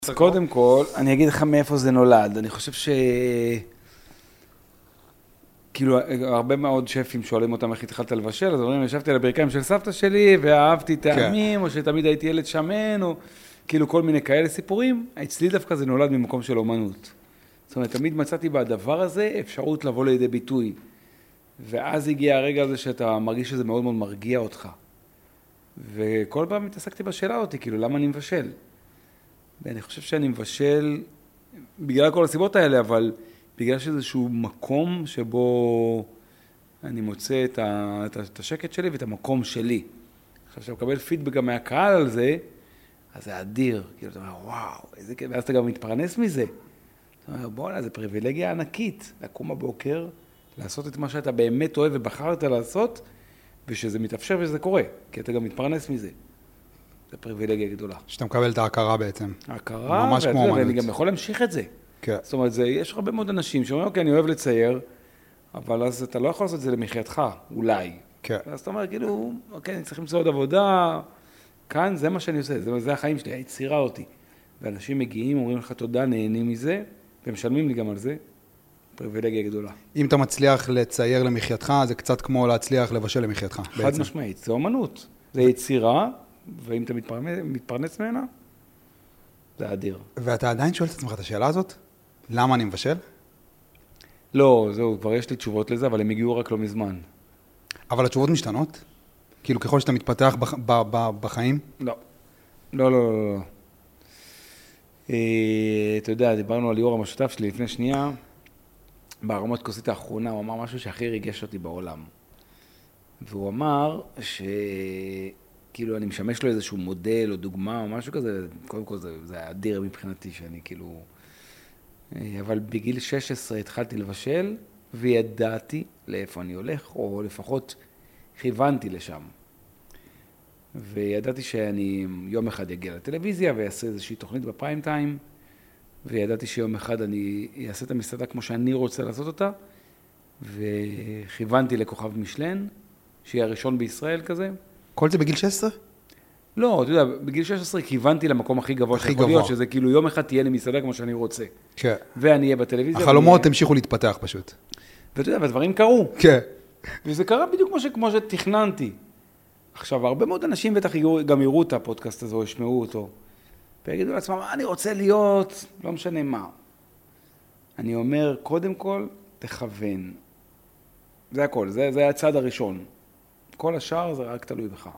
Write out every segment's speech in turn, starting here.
אז קודם כל, אני אגיד לך מאיפה זה נולד. אני חושב כאילו, הרבה מאוד שפים שואלים אותם איך התחלת לבשל, אז אומרים, ישבתי על הברכיים של סבתא שלי, ואהבתי טעמים, או שתמיד הייתי ילד שמן, או כאילו כל מיני כאלה סיפורים. אצלי דווקא זה נולד ממקום של אומנות. זאת אומרת, תמיד מצאתי בדבר הזה אפשרות לבוא לידי ביטוי. ואז הגיע הרגע הזה שאתה מרגיש שזה מאוד מאוד מרגיע אותך. וכל פעם התעסקתי בשאלה אותי, כאילו, למה אני מבשל? ואני חושב שאני מבשל בגלל כל הסיבות האלה, אבל בגלל שאיזשהו מקום שבו אני מוצא את השקט שלי ואת המקום שלי. עכשיו, כשאתה מקבל פידבק גם מהקהל על זה, אז זה אדיר. כאילו, אתה אומר, וואו, איזה כיף, ואז אתה גם מתפרנס מזה. אתה אומר, בוא'נה, זה פריבילגיה ענקית, לקום בבוקר, לעשות את מה שאתה באמת אוהב ובחרת לעשות, ושזה מתאפשר ושזה קורה, כי אתה גם מתפרנס מזה. זה פריבילגיה גדולה. שאתה מקבל את ההכרה בעצם. ההכרה, ממש כמו אומנות. ואני גם יכול להמשיך את זה. כן. זאת אומרת, יש הרבה מאוד אנשים שאומרים, אוקיי, אני אוהב לצייר, אבל אז אתה לא יכול לעשות את זה למחייתך, אולי. כן. ואז אתה אומר, כאילו, אוקיי, אני צריך למצוא עוד עבודה, כאן זה מה שאני עושה, זה החיים שלי, היצירה אותי. ואנשים מגיעים, אומרים לך תודה, נהנים מזה, ומשלמים לי גם על זה, פריבילגיה גדולה. אם אתה מצליח לצייר למחייתך, זה קצת כמו להצליח לבשל למחייתך. חד משמעית, זה אומנות, זה יצירה, ואם אתה מתפרנס ממנה, זה אדיר. ואתה עדיין שואל את עצמך את השאלה הזאת? למה אני מבשל? לא, זהו, כבר יש לי תשובות לזה, אבל הם הגיעו רק לא מזמן. אבל התשובות משתנות? כאילו ככל שאתה מתפתח בחיים? לא. לא, לא, לא, לא. אתה יודע, דיברנו על ליאור המשותף שלי לפני שנייה, בהרמות כוסית האחרונה, הוא אמר משהו שהכי ריגש אותי בעולם. והוא אמר כאילו אני משמש לו איזשהו מודל או דוגמה או משהו כזה, קודם כל זה אדיר מבחינתי שאני כאילו, אבל בגיל 16 התחלתי לבשל וידעתי לאיפה אני הולך, או לפחות כיוונתי לשם. וידעתי שאני יום אחד אגיע לטלוויזיה ויעשה איזושהי תוכנית בפריים טיים, וידעתי שיום אחד אני אעשה את המסעדה כמו שאני רוצה לעשות אותה, וכיוונתי לכוכב משלן, שיהיה הראשון בישראל כזה. כל זה בגיל 16? לא, אתה יודע, בגיל 16 כיוונתי למקום הכי גבוה שיכול להיות, שזה כאילו יום אחד תהיה לי מסעדה כמו שאני רוצה. כן. ואני אהיה בטלוויזיה. החלומות המשיכו להתפתח פשוט. ואתה יודע, והדברים קרו. כן. וזה קרה בדיוק כמו שתכננתי. עכשיו, הרבה מאוד אנשים בטח גם יראו את הפודקאסט הזה או ישמעו אותו, ויגידו לעצמם, אני רוצה להיות, לא משנה מה. אני אומר, קודם כל, תכוון. זה הכל, זה הצעד הראשון. כל השאר זה רק תלוי בך.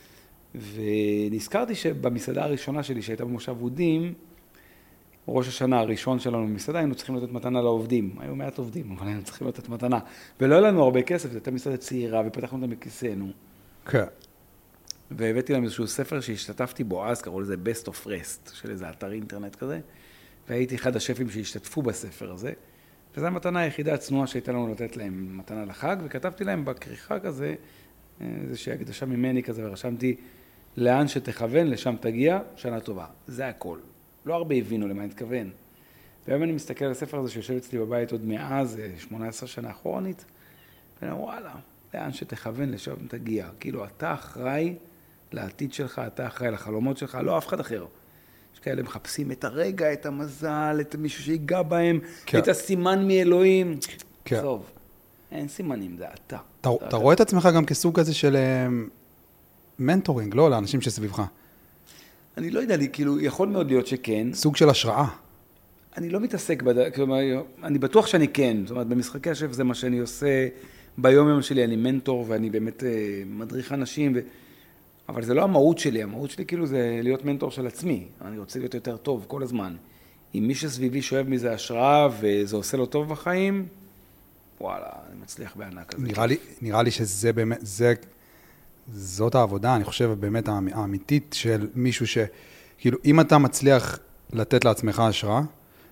ונזכרתי שבמסעדה הראשונה שלי, שהייתה במושב עודים, ראש השנה הראשון שלנו במסעדה, היינו צריכים לתת מתנה לעובדים. היו מעט עובדים, אבל היינו צריכים לתת מתנה. ולא היה לנו הרבה כסף, זו הייתה מסעדה צעירה, ופתחנו אותה מכיסנו. כן. והבאתי להם איזשהו ספר שהשתתפתי בו אז, קראו לזה Best of Rest, של איזה אתר אינטרנט כזה, והייתי אחד השפים שהשתתפו בספר הזה, וזו המתנה היחידה הצנועה שהייתה לנו לתת להם מתנה לחג, וכתבתי להם בכריכה כזה, איזושהי הקדשה ממני כזה, ורשמתי, לאן שתכוון, לשם תגיע, שנה טובה. זה הכל. לא הרבה הבינו למה אני אתכוון. והיום אני מסתכל על הספר הזה שיושב אצלי בבית עוד מאז, 18 שנה אחורנית, ואני אומר, וואלה, לאן שתכוון, לשם תגיע. כאילו, אתה אחראי לעתיד שלך, אתה אחראי לחלומות שלך, לא אף אחד אחר. יש כאלה מחפשים את הרגע, את המזל, את מישהו שיגע בהם, כן. את הסימן מאלוהים. כן. טוב, אין סימנים, זה אתה. אתה רואה את עצמך גם כסוג כזה של מנטורינג, לא? לאנשים שסביבך. אני לא יודע, כאילו, יכול מאוד להיות שכן. סוג של השראה. אני לא מתעסק, כלומר, אני בטוח שאני כן. זאת אומרת, במשחקי השף זה מה שאני עושה. ביום יום שלי אני מנטור, ואני באמת מדריך אנשים, אבל זה לא המהות שלי. המהות שלי כאילו זה להיות מנטור של עצמי. אני רוצה להיות יותר טוב כל הזמן. אם מי שסביבי שואב מזה השראה, וזה עושה לו טוב בחיים, וואלה, אני מצליח בענק הזה. נראה לי שזה באמת, זאת העבודה, אני חושב באמת האמיתית של מישהו כאילו, אם אתה מצליח לתת לעצמך השראה,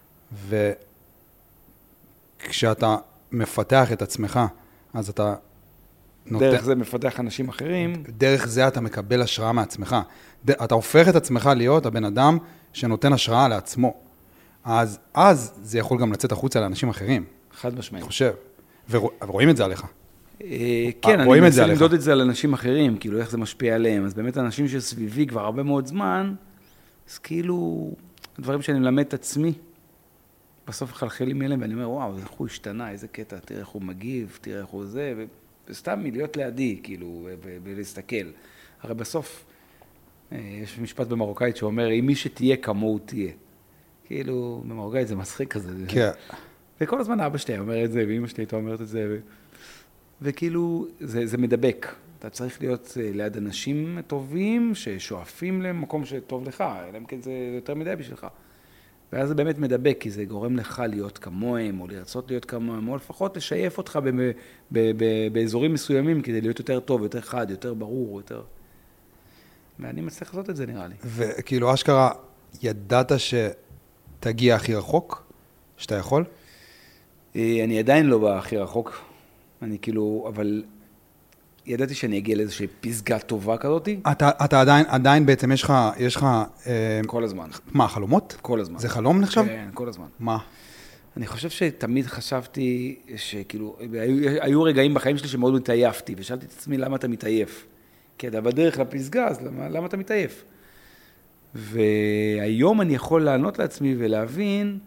וכשאתה מפתח את עצמך, אז אתה דרך זה מפתח אנשים אחרים. דרך זה אתה מקבל השראה מעצמך. אתה הופך את עצמך להיות הבן אדם שנותן השראה לעצמו. אז זה יכול גם לצאת החוצה לאנשים אחרים. חד משמעית. אני חושב. ורואים את זה עליך. כן, אני מנסה למדוד את זה על אנשים אחרים, כאילו איך זה משפיע עליהם. אז באמת אנשים שסביבי כבר הרבה מאוד זמן, אז כאילו הדברים שאני מלמד את עצמי, בסוף חלחלים אליהם, ואני אומר, וואו, איך הוא השתנה, איזה קטע, תראה איך הוא מגיב, תראה איך הוא זה, וסתם מלהיות לידי, כאילו, ולהסתכל. הרי בסוף, יש משפט במרוקאית שאומר, אם מי שתהיה כמוהו תהיה. כאילו, במרוקאית זה מצחיק כזה. כן. וכל הזמן אבא שלי אומר את זה, ואמא שלי הייתה אומרת את זה, וכאילו, זה מדבק. אתה צריך להיות ליד אנשים טובים, ששואפים למקום שטוב לך, אלא אם כן זה יותר מדי בשבילך. ואז זה באמת מדבק, כי זה גורם לך להיות כמוהם, או לרצות להיות כמוהם, או לפחות לשייף אותך באזורים מסוימים, כדי להיות יותר טוב, יותר חד, יותר ברור, יותר... ואני מצליח לעשות את זה, נראה לי. וכאילו, אשכרה, ידעת שתגיע הכי רחוק? שאתה יכול? אני עדיין לא בא הכי רחוק. אני כאילו, אבל... ידעתי שאני אגיע לאיזושהי פסגה טובה כזאת. אתה עדיין בעצם יש לך... כל הזמן. מה, חלומות? כל הזמן. זה חלום נחשב? כן, כל הזמן. מה? אני חושב שתמיד חשבתי שכאילו, היו רגעים בחיים שלי שמאוד התעייפתי, ושאלתי את עצמי למה אתה מתעייף. כי אתה בדרך לפסגה, אז למה אתה מתעייף? והיום אני יכול לענות לעצמי ולהבין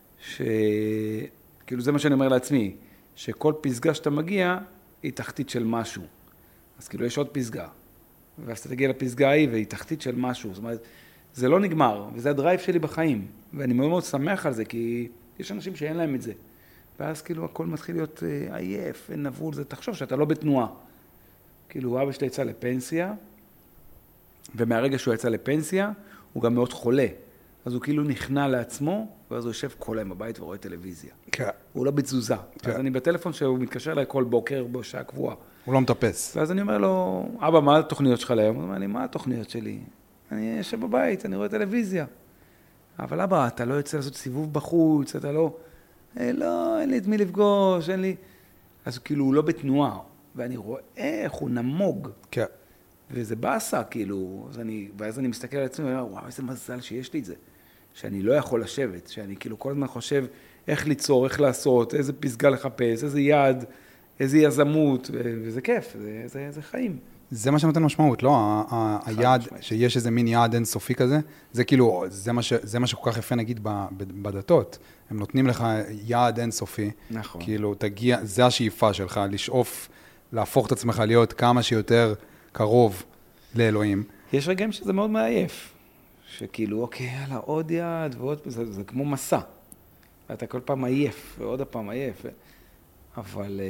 כאילו זה מה שאני אומר לעצמי, שכל פסגה שאתה מגיע היא תחתית של משהו. אז כאילו יש עוד פסגה, ואז אתה תגיע לפסגה ההיא והיא תחתית של משהו. זאת אומרת, זה לא נגמר, וזה הדרייב שלי בחיים. ואני מאוד מאוד שמח על זה, כי יש אנשים שאין להם את זה. ואז כאילו הכל מתחיל להיות עייף, נבול, זה תחשוב שאתה לא בתנועה. כאילו אבא שלי יצא לפנסיה, ומהרגע שהוא יצא לפנסיה, הוא גם מאוד חולה. אז הוא כאילו נכנע לעצמו, ואז הוא יושב כל היום בבית ורואה טלוויזיה. כן. הוא לא בתזוזה. כן. אז אני בטלפון שהוא מתקשר אליי כל בוקר בשעה קבועה. הוא לא מטפס. ואז אני אומר לו, אבא, מה התוכניות שלך להיום? הוא אומר לי, מה התוכניות שלי? אני יושב בבית, אני רואה טלוויזיה. אבל אבא, אתה לא יוצא לעשות סיבוב בחוץ, אתה לא... לא, אין לי את מי לפגוש, אין לי... אז כאילו הוא לא בתנועה, ואני רואה איך הוא נמוג. כן. וזה באסה, כאילו, ואז אני מסתכל על עצמי, ואומר, וואו, איזה מזל שיש לי את זה. שאני לא יכול לשבת, שאני כאילו כל הזמן חושב איך ליצור, איך לעשות, איזה פסגה לחפש, איזה יעד, איזה יזמות, וזה כיף, זה חיים. זה מה שנותן משמעות, לא? היעד, שיש איזה מין יעד אינסופי כזה, זה כאילו, זה מה שכל כך יפה נגיד בדתות. הם נותנים לך יעד אינסופי. נכון. כאילו, תגיע, זה השאיפה שלך, לשאוף, להפוך את עצמך להיות כמה שיותר קרוב לאלוהים. יש רגעים שזה מאוד מעייף. שכאילו, אוקיי, יאללה, עוד יעד ועוד, זה כמו מסע. אתה כל פעם עייף, ועוד הפעם עייף. אבל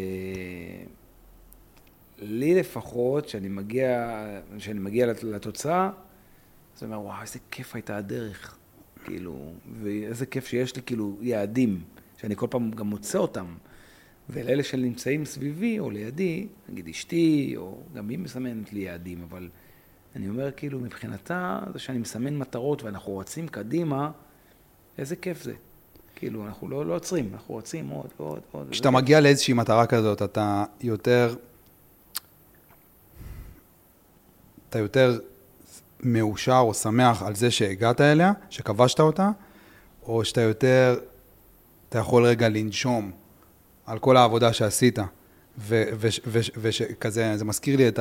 לי לפחות, שאני מגיע לתוצאה, אז אני אומר, וואו, איזה כיף הייתה הדרך. כאילו, ואיזה כיף שיש לי כאילו יעדים, שאני כל פעם גם מוצא אותם. ולאלה שנמצאים סביבי או לידי, נגיד אשתי, או גם היא מסמנת לי יעדים, אבל אני אומר כאילו מבחינתה, זה שאני מסמן מטרות ואנחנו רצים קדימה, איזה כיף זה. כאילו אנחנו לא עוצרים, אנחנו רצים עוד ועוד ועוד. כשאתה מגיע לאיזושהי מטרה כזאת, אתה יותר מאושר או שמח על זה שהגעת אליה, שכבשת אותה, או שאתה אתה יכול רגע לנשום על כל העבודה שעשית, וכזה, זה מזכיר לי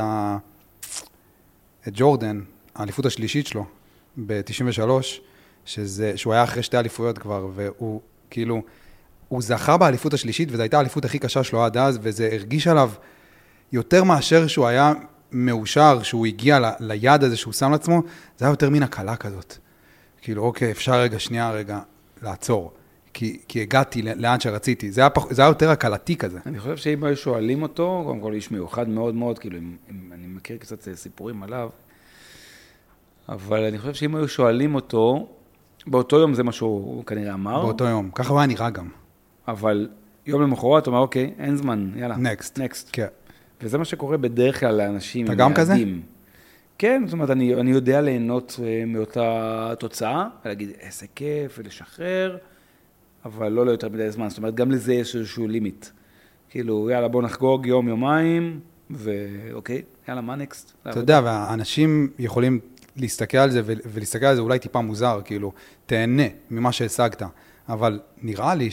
את ג'ורדן, האליפות השלישית שלו, ב-93, שהוא היה אחרי 2 אליפויות כבר, והוא כאילו, הוא זכה באליפות השלישית, וזו הייתה האליפות הכי קשה שלו עד אז, וזה הרגיש עליו יותר מאשר שהוא היה מאושר, שהוא הגיע ליד הזה שהוא שם לעצמו, זה היה יותר מן הקלה כזאת. כאילו, אוקיי, אפשר רגע לעצור. כי הגעתי לאן שרציתי. זה היה יותר הקלתי כזה. אני חושב שאם היו שואלים אותו, קודם כל איש מיוחד מאוד מאוד, כאילו, אני מכיר קצת סיפורים עליו, אבל אני חושב שאם היו שואלים אותו, באותו יום זה מה שהוא כנראה אמר. באותו יום. ככה הוא היה נראה גם. אבל יום למחרת הוא אומר, אוקיי, אין זמן, יאללה. Next. כן. וזה מה שקורה בדרך כלל לאנשים. אתה גם כזה? כן, זאת אומרת, אני יודע ליהנות מאותה תוצאה, ולהגיד איזה כיף, ולשחרר, אבל לא יותר מדי זמן. זאת אומרת, גם לזה יש איזשהו לימיט. כאילו, יאללה, בוא נחגוג יום-יומיים, ואוקיי, יאללה, מה נקסט? אתה יודע, והאנשים יכולים להסתכל על זה, ולהסתכל על זה אולי טיפה מוזר, כאילו, תהנה ממה שהשגת. אבל נראה לי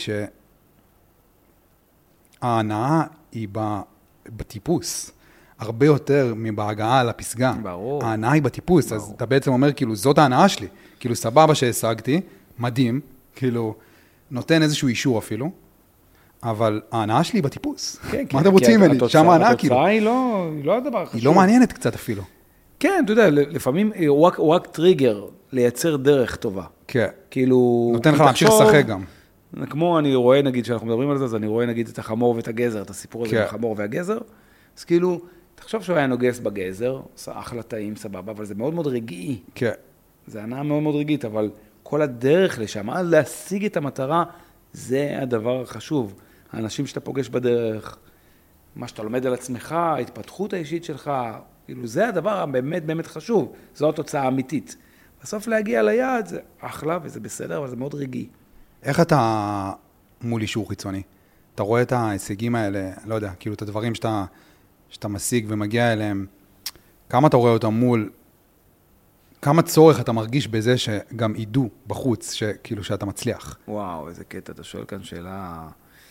שההנאה היא בטיפוס. הרבה יותר מבהגעה לפסגה. ברור. ההנאה היא בטיפוס, אז אתה בעצם אומר, כאילו, זאת ההנאה שלי. כאילו, סבבה שהשגתי, מדהים, כאילו, נותן איזשהו אישור אפילו, אבל ההנאה שלי בטיפוס. מה אתם רוצים ממני? שם ההנאה כאילו. התוצאה היא לא הדבר החשוב. היא לא מעניינת קצת אפילו. כן, אתה יודע, לפעמים הוא רק טריגר לייצר דרך טובה. כן. כאילו... נותן לך להמשיך לשחק גם. כמו אני רואה, נגיד, שאנחנו מדברים על זה, אז אני רואה, נגיד, את החמור ואת הגזר, את הסיפור הזה, החמור והגזר. אז כאילו, תחשוב שהוא היה נוגס בגזר, עושה אחלה טעים, סבבה, אבל זה מאוד מאוד רגעי. כן. זה הנאה מאוד מאוד רגעית, אבל כל הדרך לשם, להשיג את המטרה, זה הדבר החשוב. האנשים שאתה פוגש בדרך, מה שאתה לומד על עצמך, ההתפתחות האישית שלך, כאילו זה הדבר הבאמת באמת חשוב, זו התוצאה האמיתית. בסוף להגיע ליעד זה אחלה וזה בסדר, אבל זה מאוד רגעי. איך אתה מול אישור חיצוני? אתה רואה את ההישגים האלה, לא יודע, כאילו את הדברים שאתה משיג ומגיע אליהם, כמה אתה רואה אותם מול, כמה צורך אתה מרגיש בזה שגם ידעו בחוץ, כאילו שאתה מצליח? וואו, איזה קטע, אתה שואל כאן שאלה...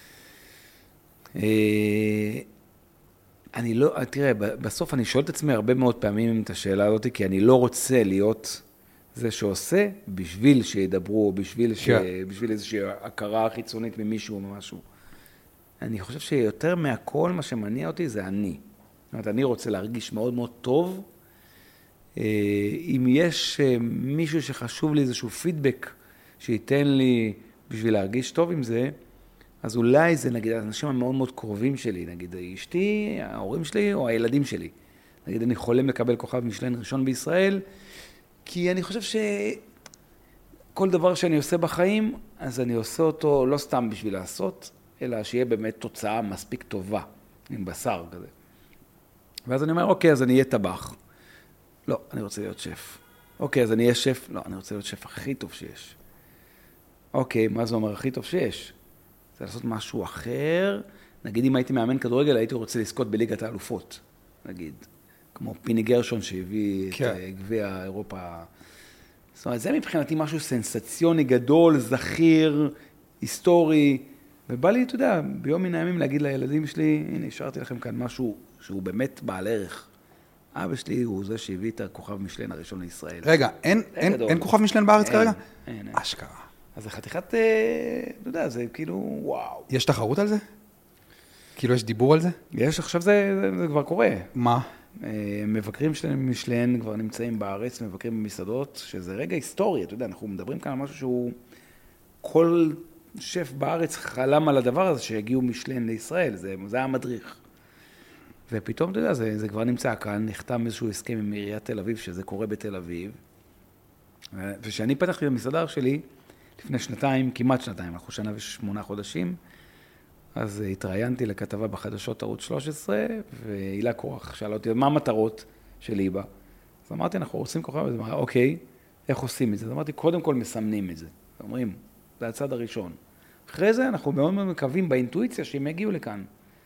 אני לא, תראה, בסוף אני שואל את עצמי הרבה מאוד פעמים את השאלה הזאת, כי אני לא רוצה להיות זה שעושה בשביל שידברו, בשביל איזושהי הכרה חיצונית ממישהו או משהו. אני חושב שיותר מהכל מה שמניע אותי זה אני. זאת אומרת, אני רוצה להרגיש מאוד מאוד טוב. אם יש מישהו שחשוב לי איזשהו פידבק שייתן לי בשביל להרגיש טוב עם זה, אז אולי זה נגיד האנשים המאוד מאוד קרובים שלי, נגיד אשתי, ההורים שלי או הילדים שלי. נגיד אני חולם לקבל כוכב משלן ראשון בישראל, כי אני חושב שכל דבר שאני עושה בחיים, אז אני עושה אותו לא סתם בשביל לעשות, אלא שיהיה באמת תוצאה מספיק טובה, עם בשר כזה. ואז אני אומר, אוקיי, אז אני אהיה טבח. לא, אני רוצה להיות שף. אוקיי, אז אני אהיה שף. לא, אני רוצה להיות שף הכי טוב שיש. אוקיי, מה זה אומר הכי טוב שיש? זה לעשות משהו אחר. נגיד, אם הייתי מאמן כדורגל, הייתי רוצה לזכות בליגת האלופות. נגיד, כמו פיני גרשון שהביא את גביע אירופה. זאת אומרת, זה מבחינתי משהו סנסציוני גדול, זכיר, היסטורי. ובא לי, אתה יודע, ביום מן הימים להגיד לילדים שלי, הנה, השארתי לכם כאן משהו שהוא באמת בעל ערך. אבא שלי הוא זה שהביא את הכוכב משלן הראשון לישראל. רגע, אין כוכב משלן בארץ כרגע? אין. אשכרה. אז זה חתיכת, אתה יודע, זה כאילו, וואו. יש תחרות על זה? כאילו יש דיבור על זה? יש, עכשיו זה כבר קורה. מה? מבקרים שלהם משלן כבר נמצאים בארץ, מבקרים במסעדות, שזה רגע היסטורי, אתה יודע, אנחנו מדברים כאן על משהו שהוא, כל שף בארץ חלם על הדבר הזה שיגיעו משלן לישראל, זה היה מדריך. ופתאום, אתה יודע, זה כבר נמצא כאן, נחתם איזשהו הסכם עם עיריית תל אביב, שזה קורה בתל אביב. ושאני פתחתי במסעדה שלי, לפני שנתיים, כמעט שנתיים, אנחנו שנה ו8 חודשים, אז התראיינתי לכתבה בחדשות ערוץ 13, והילה קורח שאלה אותי, מה המטרות של ליבה? אז אמרתי, אנחנו רוצים כוכב, אז אמרתי, אוקיי, איך עושים את זה? אז אמרתי, קודם כל מסמנים את זה. אומרים, זה הצד הראשון. אחרי זה אנחנו מאוד מאוד מקווים באינטואיציה שהם יגיעו לכאן.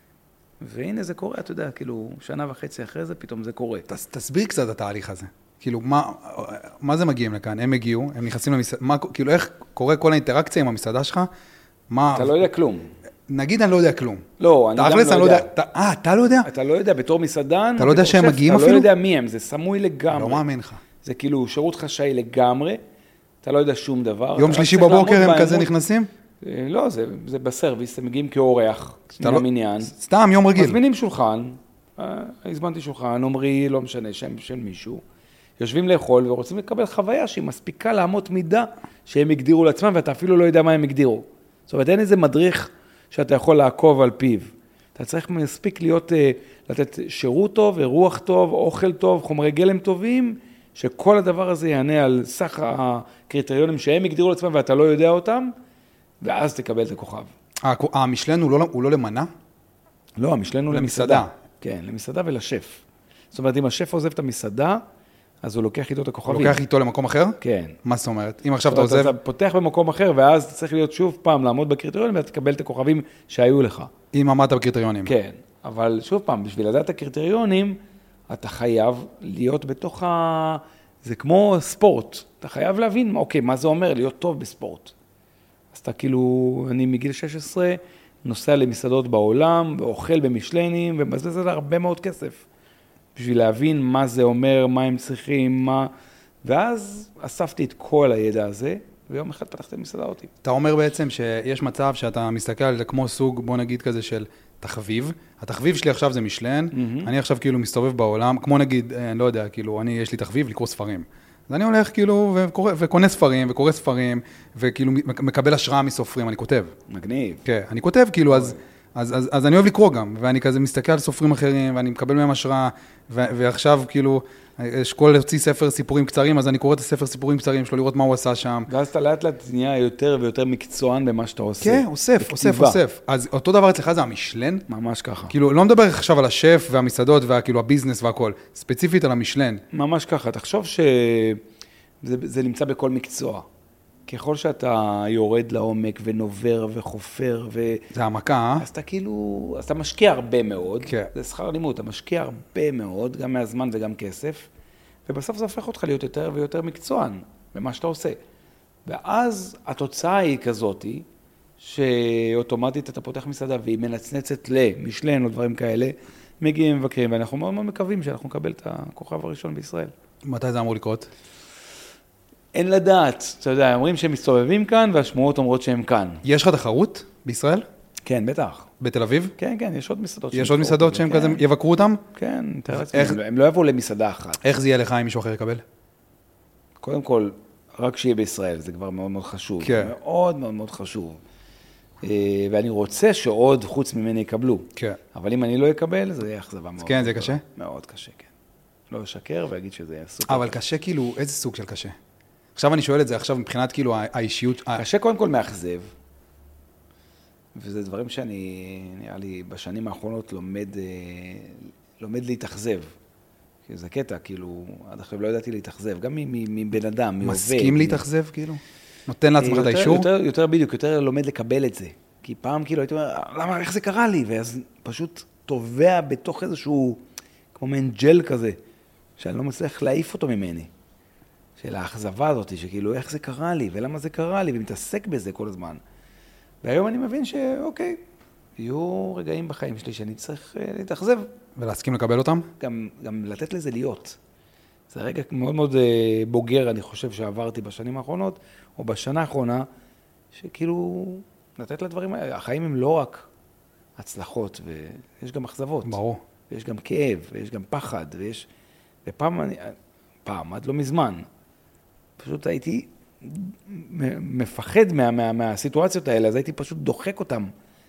והנה זה קורה, אתה יודע, כאילו, שנה וחצי אחרי זה, פתאום זה קורה. תסביר קצת את התהליך הזה. כאילו, מה זה מגיעים לכאן? הם הגיעו, הם נכנסים למסעדה, כאילו, איך קורה כל האינטראקציה עם המסעדה שלך? אתה לא יודע כלום. נגיד אני לא יודע כלום. לא, אני גם לא יודע. אתה לא יודע? אתה לא יודע, בתור מסעדן, אתה לא יודע שהם מגיעים אפילו? אתה לא יודע מי הם, זה סמוי לגמרי. לא מאמין לך. זה כאילו שירות חשאי לגמרי, אתה לא יודע שום דבר. יום שלישי בבוקר הם כזה נכנסים? לא, זה בסרוויס, הם מגיעים כאורח, למניין. סתם, יום רגיל. מזמינים שולחן, הזמנתי שולחן, אומרי, לא משנה, שם של מישהו, יושבים לאכול ורוצים לקבל חוויה שהיא מספיקה לאמות מידה שהם הגדירו לעצמם, ואתה אפילו לא יודע מה הם הגדירו. זאת אומרת, אין איזה מדריך שאתה יכול לעקוב על פיו. אתה צריך מספיק להיות, לתת שירות טוב, אירוח טוב, אוכל טוב, חומרי גלם טובים, שכל הדבר הזה יענה על סך הקריטריונים שהם הגדירו לעצמם ואתה לא יודע אותם, ואז תקבל את הכוכב. המשלן הוא לא למנה? לא, המשלן הוא למסעדה. כן, למסעדה ולשף. זאת אומרת, אם השף עוזב את המסעדה, אז הוא לוקח איתו את הכוכבים. הוא לוקח איתו למקום אחר? כן. מה זאת אומרת? אם עכשיו אתה עוזב... אתה פותח במקום אחר, ואז אתה צריך להיות שוב פעם לעמוד בקריטריונים, ואתה תקבל את הכוכבים שהיו לך. אם עמדת בקריטריונים. כן, אבל שוב פעם, בשביל לדעת את הקריטריונים, אתה חייב להיות בתוך זה כמו ספורט. אתה חייב להבין, אוקיי, מה זה אומר להיות טוב בספורט. אז אתה כאילו, אני מגיל 16, נוסע למסעדות בעולם, ואוכל במשלנים, ומבזבז על הרבה מאוד כסף. בשביל להבין מה זה אומר, מה הם צריכים, מה... ואז אספתי את כל הידע הזה, ויום אחד פתחתי מסעדה אותי. אתה אומר בעצם שיש מצב שאתה מסתכל על זה כמו סוג, בוא נגיד כזה של תחביב. התחביב שלי עכשיו זה משלן, אני עכשיו כאילו מסתובב בעולם, כמו נגיד, אני לא יודע, כאילו, יש לי תחביב לקרוא ספרים. אז אני הולך כאילו וקונה ספרים, וקורא ספרים, וכאילו מקבל השראה מסופרים, אני כותב. מגניב. כן, אני כותב כאילו, אז אני אוהב לקרוא גם, ואני כזה מסתכל על סופרים אחרים, ואני מקבל מהם השראה, ועכשיו כאילו, אשכול להוציא ספר סיפורים קצרים, אז אני קורא את הספר סיפורים קצרים שלו, לראות מה הוא עשה שם. ואז אתה לאט לאט נהיה יותר ויותר מקצוען במה שאתה עושה. כן, אוסף. אז אותו דבר אצלך זה המשלן? ממש ככה. כאילו, לא מדבר עכשיו על השף והמסעדות, וכאילו הביזנס והכל, ספציפית על המשלן. ממש ככה. תחשוב שזה נמצא בכל מקצוע. ככל שאתה יורד לעומק ונובר וחופר זה העמקה, אז אתה כאילו, אז אתה משקיע הרבה מאוד. כן. זה שכר לימוד, אתה משקיע הרבה מאוד, גם מהזמן וגם כסף, ובסוף זה הופך אותך להיות יותר ויותר מקצוען במה שאתה עושה. ואז התוצאה היא כזאת, שאוטומטית אתה פותח מסעדה והיא מנצנצת למשלן או דברים כאלה, מגיעים מבקרים, ואנחנו מאוד מאוד מקווים שאנחנו נקבל את הכוכב הראשון בישראל. מתי זה אמור לקרות? אין לדעת, אתה יודע, אומרים שהם מסתובבים כאן, והשמועות אומרות שהם כאן. יש לך תחרות בישראל? כן, בטח. בתל אביב? כן, כן, יש עוד מסעדות. יש עוד מסעדות שהם כזה יבקרו אותם? כן, הם לא יבואו למסעדה אחת. איך זה יהיה לך אם מישהו אחר יקבל? קודם כל, רק שיהיה בישראל, זה כבר מאוד מאוד חשוב. כן. מאוד מאוד מאוד חשוב. ואני רוצה שעוד חוץ ממני יקבלו. כן. אבל אם אני לא אקבל, זה יהיה אכזבה מאוד. כן, זה קשה? מאוד קשה, כן. לא לשקר ויגיד שזה יהיה סופר. אבל קשה כאילו, איזה סוג של קשה? עכשיו אני שואל את זה, עכשיו מבחינת כאילו האישיות... קשה קודם כל מאכזב, וזה דברים שאני, נראה לי, בשנים האחרונות לומד להתאכזב. זה קטע, כאילו, עד עכשיו לא ידעתי להתאכזב, גם מבן אדם, מעובד. מסכים להתאכזב, כאילו? נותן לעצמך את האישור? יותר בדיוק, יותר לומד לקבל את זה. כי פעם כאילו הייתי אומר, למה, איך זה קרה לי? ואז פשוט תובע בתוך איזשהו, כמו מעין ג'ל כזה, שאני לא מצליח להעיף אותו ממני. של האכזבה הזאת, שכאילו, איך זה קרה לי, ולמה זה קרה לי, ומתעסק בזה כל הזמן. והיום אני מבין שאוקיי, יהיו רגעים בחיים שלי שאני צריך להתאכזב. ולהסכים לקבל אותם? גם לתת לזה להיות. זה רגע מאוד מאוד בוגר, אני חושב, שעברתי בשנים האחרונות, או בשנה האחרונה, שכאילו, לתת לדברים האלה. החיים הם לא רק הצלחות, ויש גם אכזבות. ברור. ויש גם כאב, ויש גם פחד, ופעם, עד לא מזמן, פשוט הייתי מפחד מהסיטואציות האלה, אז הייתי פשוט דוחק אותם.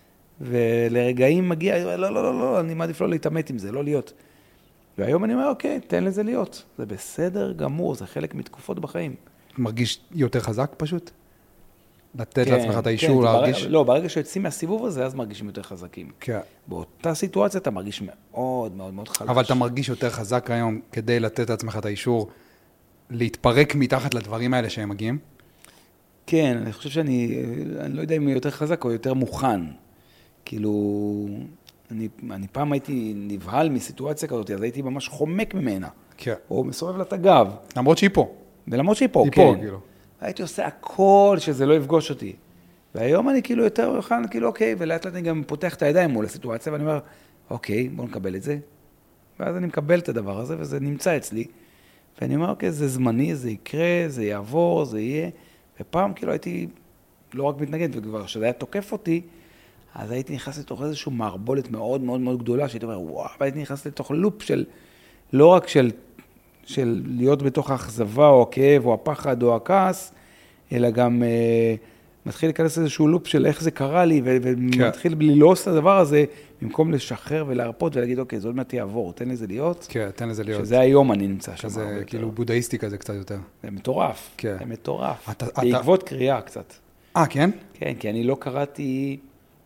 ולרגעים מגיע, לא, אני מעדיף לא להתאמת עם זה, לא להיות. והיום אני אומר, אוקיי, תן לזה להיות. זה בסדר גמור, זה חלק מתקופות בחיים. מרגיש יותר חזק פשוט? לתת לעצמך את האישור להרגיש? לא, ברגע שיוצאים מהסיבוב הזה, אז מרגישים יותר חזקים. כן. באותה סיטואציה אתה מרגיש מאוד מאוד מאוד חלש. אבל אתה מרגיש יותר חזק היום כדי לתת לעצמך את האישור להתפרק מתחת לדברים האלה שהם מגיעים? כן, אני חושב שאני לא יודע אם יותר חזק או יותר מוכן. כאילו, אני פעם הייתי נבהל מסיטואציה כזאת, אז הייתי ממש חומק ממנה. כן. או מסובב לה את הגב. למרות שהיא פה. ולמרות שהיא פה, היא כן. פה, כאילו. הייתי עושה הכל שזה לא יפגוש אותי. והיום אני כאילו יותר מוכן, כאילו אוקיי, ולאט לאט אני גם פותח את הידיים מול הסיטואציה, ואני אומר, אוקיי, בוא נקבל את זה. ואז אני מקבל את הדבר הזה, וזה נמצא אצלי. ואני אומר, אוקיי, זה זמני, זה יקרה, זה יעבור, זה יהיה. ופעם כאילו הייתי לא רק מתנגד, וכבר כשזה היה תוקף אותי, אז הייתי נכנס לתוך איזושהי מערבולת מאוד מאוד מאוד גדולה, שהייתי אומר, וואו, והייתי נכנס לתוך לופ של, לא רק של להיות בתוך האכזבה או הכאב או הפחד או הכעס, אלא גם מתחיל להיכנס איזשהו לופ של איך זה קרה לי, ומתחיל ללעוס את הדבר הזה, במקום לשחרר ולהרפות ולהגיד, אוקיי, זה עוד מעט יעבור, תן לזה להיות. כן, תן לזה להיות. שזה היום אני נמצא שם. שזה כאילו בודהיסטי כזה קצת יותר. זה מטורף. כן. זה מטורף. בעקבות קריאה קצת. כן? כן, כי אני לא קראתי,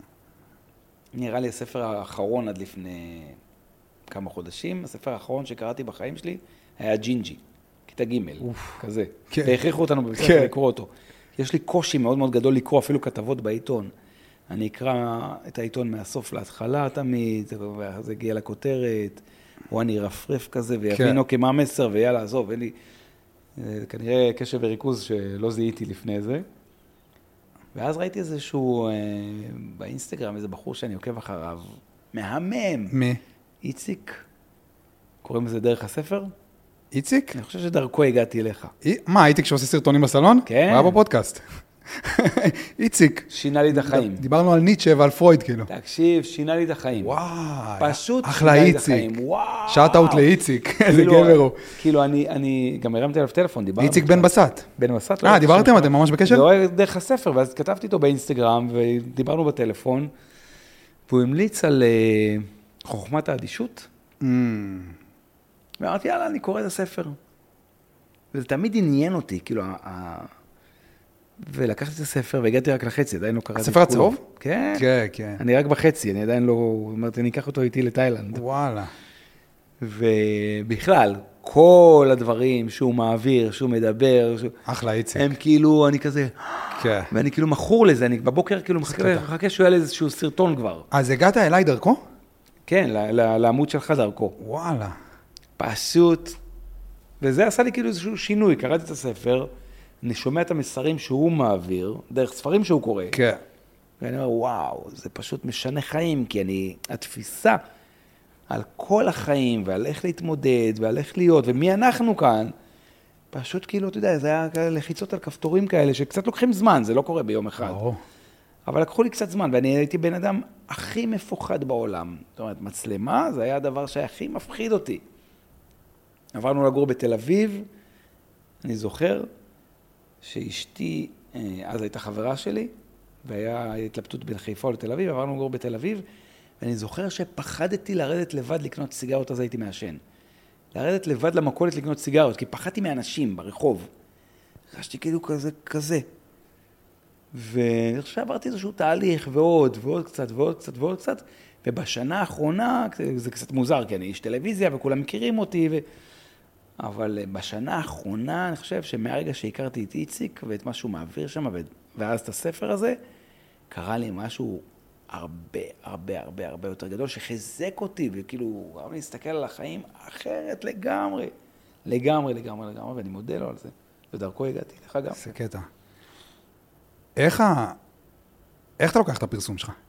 נראה לי הספר האחרון עד לפני כמה חודשים, הספר האחרון שקראתי בחיים שלי היה ג'ינג'י, כיתה ג' כזה. כן. והכריחו אותנו בבית ספר לקרוא אותו. יש לי קושי מאוד מאוד גדול לקרוא אפילו כתבות בעיתון. אני אקרא את העיתון מהסוף להתחלה תמיד, ואז הגיע לכותרת, או אני רפרף כזה, ויבין אוקיי מה המסר, ויאללה, עזוב, אין לי, כנראה קשב וריכוז שלא זיהיתי לפני זה. ואז ראיתי איזשהו, באינסטגרם, איזה בחור שאני עוקב אחריו, מהמם. מי? איציק. קוראים לזה דרך הספר? איציק? אני חושב שדרכו הגעתי אליך. מה, איציק שעושה סרטונים בסלון? כן. הוא היה בפודקאסט. איציק. שינה לי את החיים. דיברנו על ניטשה ועל פרויד, כאילו. תקשיב, שינה לי את החיים. וואי. פשוט אחלה שינה לי את איציק. החיים. וואו. שאט אאוט לאיציק, איזה גבר הוא. כאילו, אני גם הרמתי עליו טלפון, דיברנו. איציק בן בסט. בן בסט. דיברתם? אתם ממש בקשר? לא דרך הספר, ואז כתבתי איתו באינסטגרם, ודיברנו בטלפון, והוא המליץ על חוכמת האדישות. ואמרתי, יאללה, אני קורא את הספר. וזה תמיד עניין אותי, כאילו, ולקחתי את הספר והגעתי רק לחצי, עדיין לא קראתי את כולו. הספר הצהוב? כן. כן, כן. אני רק בחצי, אני עדיין לא, אמרתי, אני אקח אותו איתי לתאילנד. וואלה. ובכלל, כל הדברים שהוא מעביר, שהוא מדבר, אחלה איציק. הם כאילו, אני כזה, כן. ואני כאילו מכור לזה, אני בבוקר כאילו מחכה שהוא יהיה לאיזשהו סרטון כבר. אז הגעת אליי דרכו? כן, לעמוד שלך דרכו. וואלה. פשוט, וזה עשה לי כאילו איזשהו שינוי, קראתי את הספר, אני שומע את המסרים שהוא מעביר, דרך ספרים שהוא קורא. כן. ואני אומר, וואו, זה פשוט משנה חיים, כי התפיסה על כל החיים, ועל איך להתמודד, ועל איך להיות, ומי אנחנו כאן, פשוט כאילו, אתה יודע, זה היה לחיצות על כפתורים כאלה, שקצת לוקחים זמן, זה לא קורה ביום אחד. אבל לקחו לי קצת זמן, ואני הייתי בן אדם הכי מפוחד בעולם. זאת אומרת, מצלמה, זה היה הדבר שהכי מפחיד אותי. עברנו לגור בתל אביב, אני זוכר שאשתי, אז הייתה חברה שלי, והיה התלבטות בין חיפה לתל אביב, עברנו לגור בתל אביב, ואני זוכר שפחדתי לרדת לבד לקנות סיגרות, אז הייתי מעשן. לרדת לבד למכולת לקנות סיגרות, כי פחדתי מאנשים ברחוב. חשתי כאילו כזה. ואני חושב שעברתי איזשהו תהליך, ועוד קצת, ועוד קצת, ועוד קצת, ובשנה האחרונה, זה קצת מוזר, כי אני איש טלוויזיה, וכולם מכירים אותי, אבל בשנה האחרונה, אני חושב שמהרגע שהכרתי את איציק, ואת מה שהוא מעביר שם, ואז את הספר הזה, קרה לי משהו הרבה יותר גדול, שחיזק אותי, וכאילו, גם להסתכל על החיים אחרת לגמרי. לגמרי, ואני מודה לו על זה. ודרכו הגעתי לך גם. זה קטע. איך אתה לוקח את הפרסום שלך?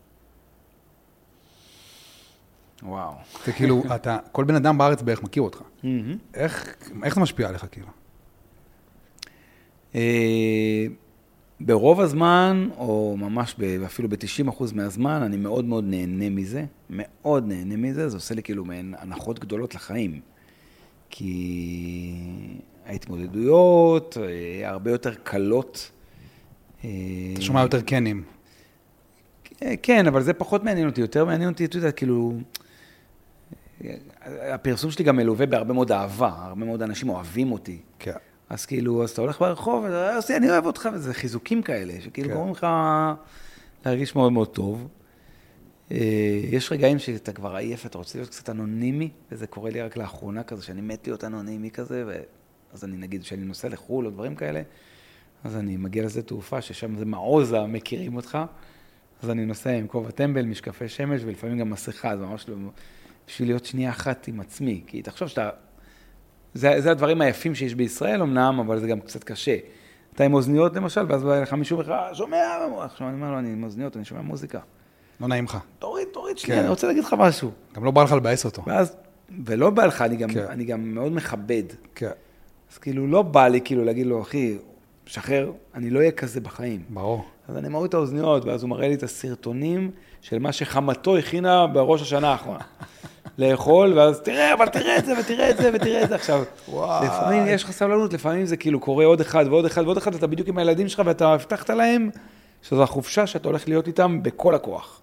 וואו. זה כאילו, כל בן אדם בארץ בערך מכיר אותך. איך זה משפיע עליך כאילו? ברוב הזמן, או ממש אפילו ב-90% מהזמן, אני מאוד מאוד נהנה מזה. מאוד נהנה מזה. זה עושה לי כאילו מעין הנחות גדולות לחיים. כי ההתמודדויות הרבה יותר קלות. אתה שומע יותר קנים. כן, אבל זה פחות מעניין אותי. יותר מעניין אותי, אתה יודע, כאילו... הפרסום שלי גם מלווה בהרבה מאוד אהבה. הרבה מאוד אנשים אוהבים אותי. כן. אז כאילו, אז אתה הולך ברחוב, ואתה אני אוהב אותך, וזה חיזוקים כאלה, שכאילו גורמים לך להרגיש מאוד מאוד טוב. יש רגעים שאתה כבר עייף, אתה רוצה להיות קצת אנונימי, וזה קורה לי רק לאחרונה כזה, שאני מת להיות אנונימי כזה, אז אני נגיד, שאני נוסע לחול או דברים כאלה, אז אני מגיע לזה תעופה, ששם זה מעוזה, מכירים אותך, אז אני נוסע עם כובע טמבל, משקפי שמש, ולפעמים גם מסכה, זה ממש לא... בשביל להיות שנייה אחת עם עצמי, כי תחשוב שאתה... זה הדברים היפים שיש בישראל, אמנם, אבל זה גם קצת קשה. אתה עם אוזניות למשל, ואז בא לך מישהו לך, שומע, עכשיו אני אומר לו, אני עם אוזניות, אני שומע מוזיקה. לא נעים לך. תוריד, שנייה, אני רוצה להגיד לך משהו. גם לא בא לך לבאס אותו. ולא בא לך, אני גם מאוד מכבד. כן. אז כאילו, לא בא לי כאילו להגיד לו, אחי, שחרר, אני לא אהיה כזה בחיים. ברור. אז אני מוריד את האוזניות, ואז הוא מראה לי את הסרטונים של מה שחמתו הכינה בראש השנה האחרונה. לאכול, ואז תראה, אבל תראה את זה, ותראה את זה, ותראה את זה. עכשיו, לפעמים יש לך סבלנות, לפעמים זה כאילו קורה עוד אחד ועוד אחד ועוד אחד, אתה בדיוק עם הילדים שלך, ואתה הבטחת להם שזו החופשה שאתה הולך להיות איתם בכל הכוח.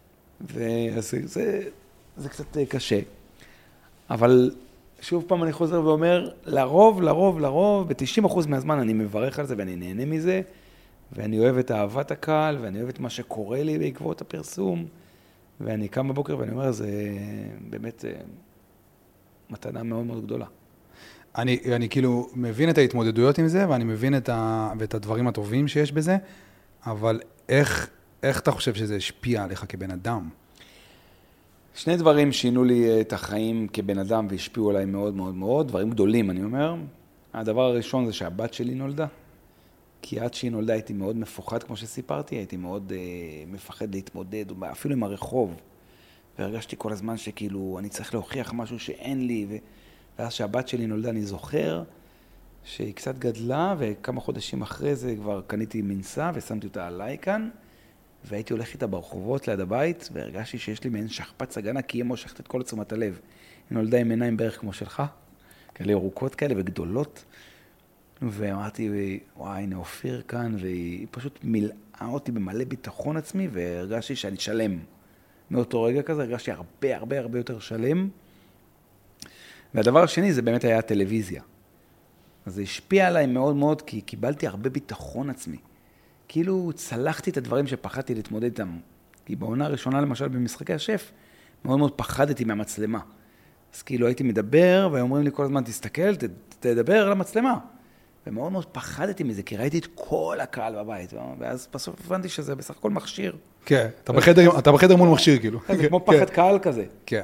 זה קצת קשה. אבל שוב פעם אני חוזר ואומר, לרוב, ב-90% מהזמן אני מברך על זה ואני נהנה מזה, ואני אוהב את אהבת הקהל, ואני אוהב את מה שקורה לי בעקבות הפרסום, ואני קם בבוקר ואני אומר, זה באמת מתנה מאוד מאוד גדולה. אני כאילו מבין את ההתמודדויות עם זה, ואני מבין את הדברים הטובים שיש בזה, אבל איך אתה חושב שזה השפיע עליך כבן אדם? שני דברים שינו לי את החיים כבן אדם והשפיעו עליי מאוד מאוד מאוד, דברים גדולים אני אומר. הדבר הראשון זה שהבת שלי נולדה, כי עד שהיא נולדה הייתי מאוד מפוחד, כמו שסיפרתי, הייתי מאוד מפחד להתמודד, אפילו עם הרחוב, והרגשתי כל הזמן שכאילו אני צריך להוכיח משהו שאין לי, ואז שהבת שלי נולדה, אני זוכר שהיא קצת גדלה, וכמה חודשים אחרי זה כבר קניתי מנסה ושמתי אותה עליי כאן, והייתי הולך איתה ברחובות ליד הבית, והרגשתי שיש לי מעין שכפ"ץ הגנה, כי היא מושכת את כל תשומת הלב. היא נולדה עם עיניים בערך כמו שלך, כאלה ארוכות כאלה וגדולות, ואמרתי, וואי, הנה אופיר כאן, והיא פשוט מילאה אותי במלא ביטחון עצמי, והרגשתי שאני שלם. מאותו רגע כזה הרגשתי הרבה יותר שלם. והדבר השני זה באמת היה הטלוויזיה. אז זה השפיע עליי מאוד מאוד, כי קיבלתי הרבה ביטחון עצמי. כאילו צלחתי את הדברים שפחדתי להתמודד איתם. כי בעונה הראשונה, למשל, במשחקי השף, מאוד מאוד פחדתי מהמצלמה. אז כאילו הייתי מדבר, ואומרים לי כל הזמן, תסתכל, תדבר על המצלמה. ומאוד מאוד פחדתי מזה, כי ראיתי את כל הקהל בבית, ואז בסוף הבנתי שזה בסך הכל מכשיר. כן, אתה בחדר מול מכשיר, כאילו. זה כמו פחד קהל כזה. כן.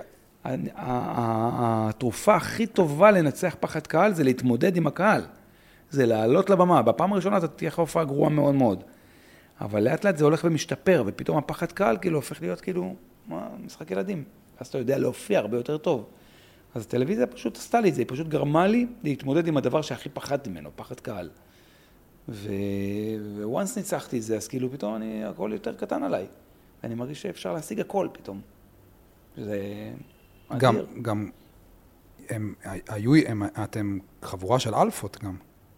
התרופה הכי טובה לנצח פחד קהל זה להתמודד עם הקהל. זה לעלות לבמה. בפעם הראשונה אתה תהיה הופעה גרועה מאוד מאוד. אבל לאט לאט זה הולך ומשתפר, ופתאום הפחד קהל כאילו הופך להיות כאילו משחק ילדים. אז אתה יודע להופיע הרבה יותר טוב. אז הטלוויזיה פשוט עשתה לי את זה, היא פשוט גרמה לי להתמודד עם הדבר שהכי פחדתי ממנו, פחד קהל. וואנס ניצחתי את זה, אז כאילו פתאום הכל יותר קטן עליי. ואני מרגיש שאפשר להשיג הכל פתאום. זה אדיר. גם, אתם חבורה של אלפות גם,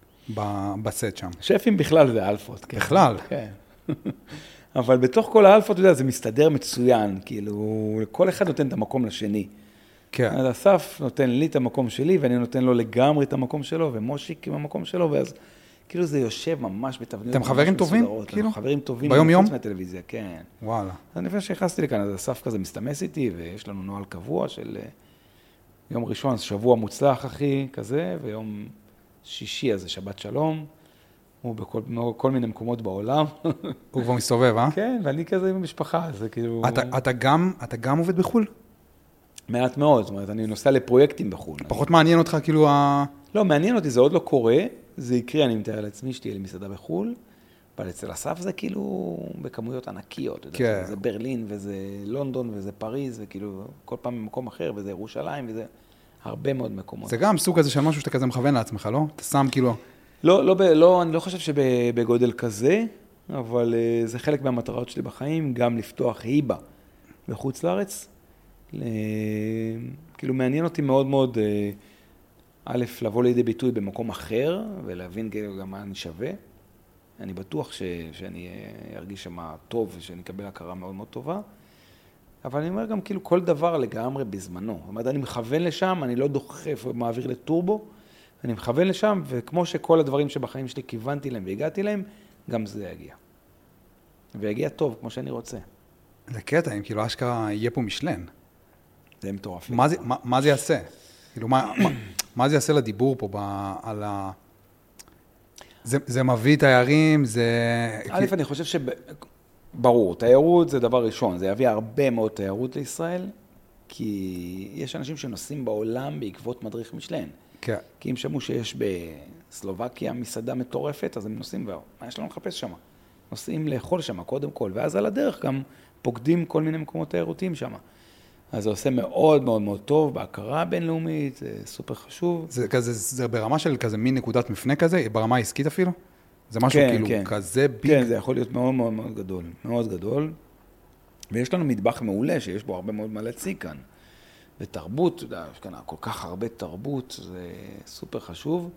בסט שם. שפים בכלל זה אלפות. כן. בכלל? כן. אבל בתוך כל האלפות, אתה יודע, זה מסתדר מצוין, כאילו, כל אחד נותן את המקום לשני. כן. אז אסף נותן לי את המקום שלי, ואני נותן לו לגמרי את המקום שלו, ומושיק עם המקום שלו, ואז כאילו זה יושב ממש בתבניות. אתם חברים טובים? כאילו? חברים טובים. ביום יום? חוץ מהטלוויזיה, כן. וואלה. אז לפני שהכנסתי לכאן, אז אסף כזה מסתמס איתי, ויש לנו נוהל קבוע של יום ראשון, שבוע מוצלח, אחי, כזה, ויום שישי, אז זה שבת שלום. הוא בכל מיני מקומות בעולם. הוא כבר מסתובב, אה? כן, ואני כזה עם המשפחה, זה כאילו... אתה גם עובד בחול? מעט מאוד, זאת אומרת, אני נוסע לפרויקטים בחול. פחות מעניין אותך כאילו לא, מעניין אותי, זה עוד לא קורה, זה יקרה, אני מתאר לעצמי שתהיה לי מסעדה בחול, אבל אצל אסף זה כאילו בכמויות ענקיות, כן. זה ברלין וזה לונדון וזה פריז, וכאילו כל פעם במקום אחר, וזה ירושלים וזה הרבה מאוד מקומות. זה גם סוג כזה של משהו שאתה כזה מכוון לעצמך, לא? אתה שם כאילו... לא, אני לא חושב שבגודל כזה, אבל זה חלק מהמטרות שלי בחיים, גם לפתוח היבה בחוץ לארץ. כאילו מעניין אותי מאוד מאוד, א', לבוא לידי ביטוי במקום אחר, ולהבין גם מה אני שווה. אני בטוח שאני ארגיש שמה טוב, ושאני אקבל הכרה מאוד מאוד טובה. אבל אני אומר גם כאילו כל דבר לגמרי בזמנו. זאת אומרת, אני מכוון לשם, אני לא דוחף ומעביר לטורבו, אני מכוון לשם, וכמו שכל הדברים שבחיים שלי כיוונתי להם והגעתי להם, גם זה יגיע. ויגיע טוב, כמו שאני רוצה. זה קטע, אם כאילו אשכרה יהיה פה משלן. זה מטורף. מה זה יעשה? כאילו, מה זה יעשה לדיבור פה על ה... זה מביא תיירים, זה... א', אני חושב ברור, תיירות זה דבר ראשון, זה יביא הרבה מאוד תיירות לישראל, כי יש אנשים שנוסעים בעולם בעקבות מדריך משלן. כן. כי אם שמעו שיש בסלובקיה מסעדה מטורפת, אז הם נוסעים, מה יש לנו לחפש שם? נוסעים לאכול שם קודם כל, ואז על הדרך גם פוקדים כל מיני מקומות תיירותיים שם. אז זה עושה מאוד מאוד מאוד טוב, בהכרה הבינלאומית, זה סופר חשוב. זה ברמה של כזה מין נקודת מפנה כזה, ברמה העסקית אפילו? זה משהו כאילו כזה ביג? כן, זה יכול להיות מאוד מאוד מאוד גדול, מאוד גדול. ויש לנו מטבח מעולה, שיש בו הרבה מאוד מה להציג כאן. ותרבות, יש כאן כל כך הרבה תרבות, זה סופר חשוב.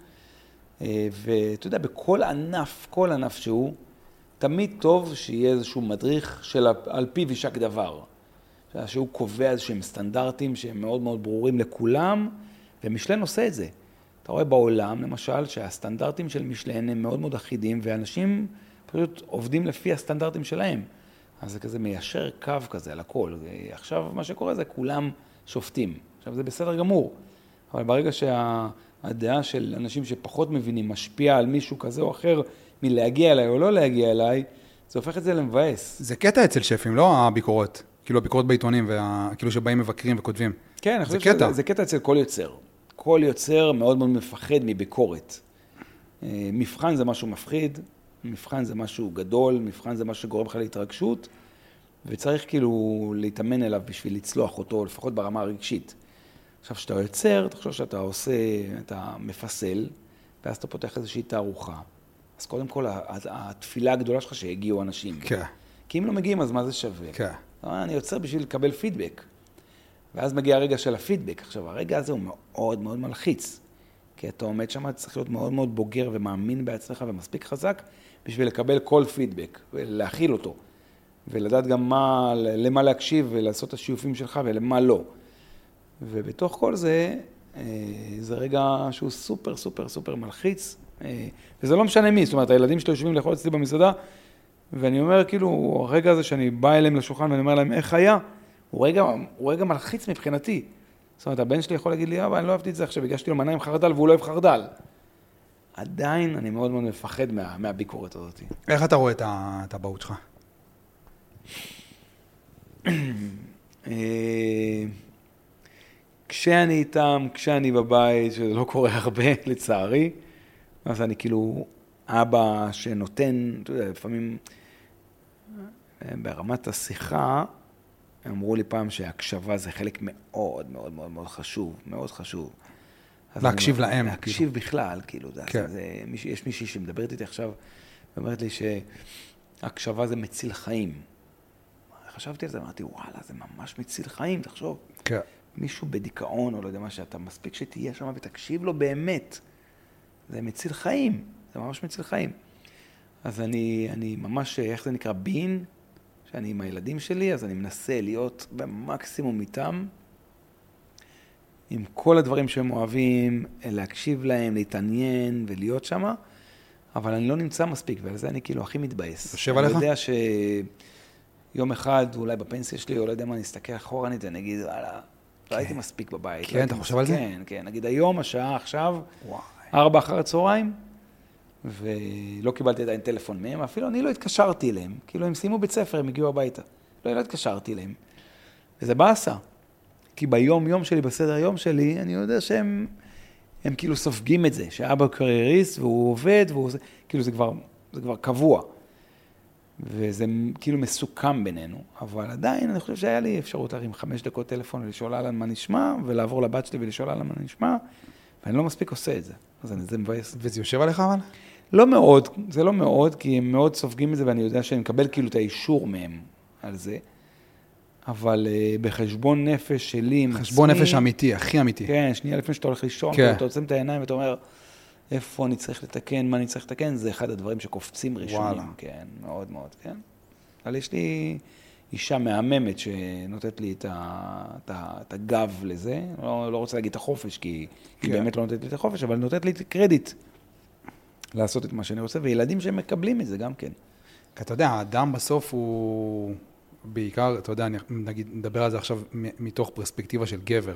ואתה יודע, בכל ענף, כל ענף שהוא, תמיד טוב שיהיה איזשהו מדריך על פיו יישק דבר. שהוא קובע איזשהם סטנדרטים שהם מאוד מאוד ברורים לכולם, ומשלן עושה את זה. אתה רואה בעולם, למשל, שהסטנדרטים של משלן הם מאוד מאוד אחידים, ואנשים פשוט עובדים לפי הסטנדרטים שלהם. אז זה כזה מיישר קו כזה על הכל. עכשיו מה שקורה זה כולם שופטים. עכשיו זה בסדר גמור, אבל ברגע שהדעה של אנשים שפחות מבינים משפיעה על מישהו כזה או אחר מלהגיע אליי או לא להגיע אליי, זה הופך את זה למבאס. זה קטע אצל שפים, לא הביקורות. כאילו הביקורות בעיתונים, כאילו שבאים מבקרים וכותבים. כן, אני חושב שזה קטע אצל כל יוצר. כל יוצר מאוד מאוד מפחד מביקורת. מבחן זה משהו מפחיד, מבחן זה משהו גדול, מבחן זה משהו שגורם לך להתרגשות, וצריך כאילו להתאמן אליו בשביל לצלוח אותו, לפחות ברמה הרגשית. עכשיו, כשאתה יוצר, תחשוב שאתה עושה, אתה מפסל, ואז אתה פותח איזושהי תערוכה. אז קודם כל, התפילה הגדולה שלך שהגיעו אנשים. כן. כי אם לא מגיעים, אז מה זה שווה? כן. אני יוצר בשביל לקבל פידבק. ואז מגיע הרגע של הפידבק. עכשיו, הרגע הזה הוא מאוד מאוד מלחיץ. כי אתה עומד שם, צריך להיות מאוד מאוד בוגר ומאמין בעצמך ומספיק חזק, בשביל לקבל כל פידבק ולהכיל אותו. ולדעת גם למה להקשיב ולעשות את השיופים שלך ולמה לא. ובתוך כל זה, זה רגע שהוא סופר סופר סופר מלחיץ. וזה לא משנה מי, זאת אומרת, הילדים שלי יושבים לאכול אצלי במסעדה, ואני אומר, כאילו, הרגע הזה שאני בא אליהם לשולחן ואני אומר להם, איך היה? הוא רגע מלחיץ מבחינתי. זאת אומרת, הבן שלי יכול להגיד לי, אבל אני לא אוהבתי את זה עכשיו, הגשתי לו מנה עם חרדל והוא לא אוהב חרדל. עדיין אני מאוד מאוד מפחד מהביקורת הזאת. איך אתה רואה את הבאות שלך? כשאני איתם, כשאני בבית, שזה לא קורה הרבה לצערי, אז אני כאילו אבא שנותן, אתה יודע, לפעמים ברמת השיחה, אמרו לי פעם שההקשבה זה חלק מאוד מאוד מאוד מאוד חשוב, מאוד חשוב. להקשיב להם. להקשיב בכלל, כאילו, יש מישהי שמדברת איתי עכשיו, ואומרת לי שהקשבה זה מציל חיים. חשבתי על זה, אמרתי, וואלה, זה ממש מציל חיים, תחשוב. כן. מישהו בדיכאון, או לא יודע מה, שאתה מספיק שתהיה שם ותקשיב לו באמת. זה מציל חיים, זה ממש מציל חיים. אז אני ממש, איך זה נקרא, בין, שאני עם הילדים שלי, אז אני מנסה להיות במקסימום איתם, עם כל הדברים שהם אוהבים, להקשיב להם, להתעניין ולהיות שם, אבל אני לא נמצא מספיק, ועל זה אני כאילו הכי מתבאס. יושב עליך? אני יודע שיום אחד, אולי בפנסיה שלי, או לא יודע מה, אני אסתכל אחורנית, ואני אגיד, וואלה, לא הייתי מספיק בבית. כן, אתה חושב על זה? כן, כן. נגיד היום, השעה עכשיו, 4 אחר הצהריים, ולא קיבלתי עדיין טלפון מהם, אפילו אני לא התקשרתי אליהם. כאילו, הם סיימו בית ספר, הם הגיעו הביתה. לא התקשרתי אליהם. וזה באסה. כי ביום שלי, בסדר יום שלי, אני יודע שהם כאילו סופגים את זה, שאבא קרייריסט, והוא עובד, כאילו זה כבר קבוע. וזה כאילו מסוכם בינינו, אבל עדיין אני חושב שהיה לי אפשרות להרים 5 דקות טלפון ולשאול עליהם מה נשמע, ולעבור לבת שלי ולשאול עליהם מה נשמע, ואני לא מספיק עושה את זה. אז זה מבאס. וזה יושב עליך אבל? לא מאוד, זה לא מאוד, כי הם מאוד סופגים את זה, ואני יודע שאני מקבל כאילו את האישור מהם על זה, אבל בחשבון נפש שלי עם עצמי... חשבון נפש אמיתי, הכי אמיתי. כן, שנייה לפני שאתה הולך לישון, אתה עוצם את העיניים ואתה אומר, איפה אני צריך לתקן, מה אני צריך לתקן, זה אחד הדברים שקופצים ראשונים. וואלה. כן, מאוד מאוד, כן. אבל יש לי אישה מהממת שנותנת לי את הגב לזה, לא רוצה להגיד את החופש, כי היא באמת לא נותנת לי את החופש, אבל נותנת לי את קרדיט לעשות את מה שאני רוצה, וילדים שהם מקבלים את זה גם כן. כי אתה יודע, האדם בסוף הוא בעיקר, אתה יודע, נגיד, נדבר על זה עכשיו מתוך פרספקטיבה של גבר.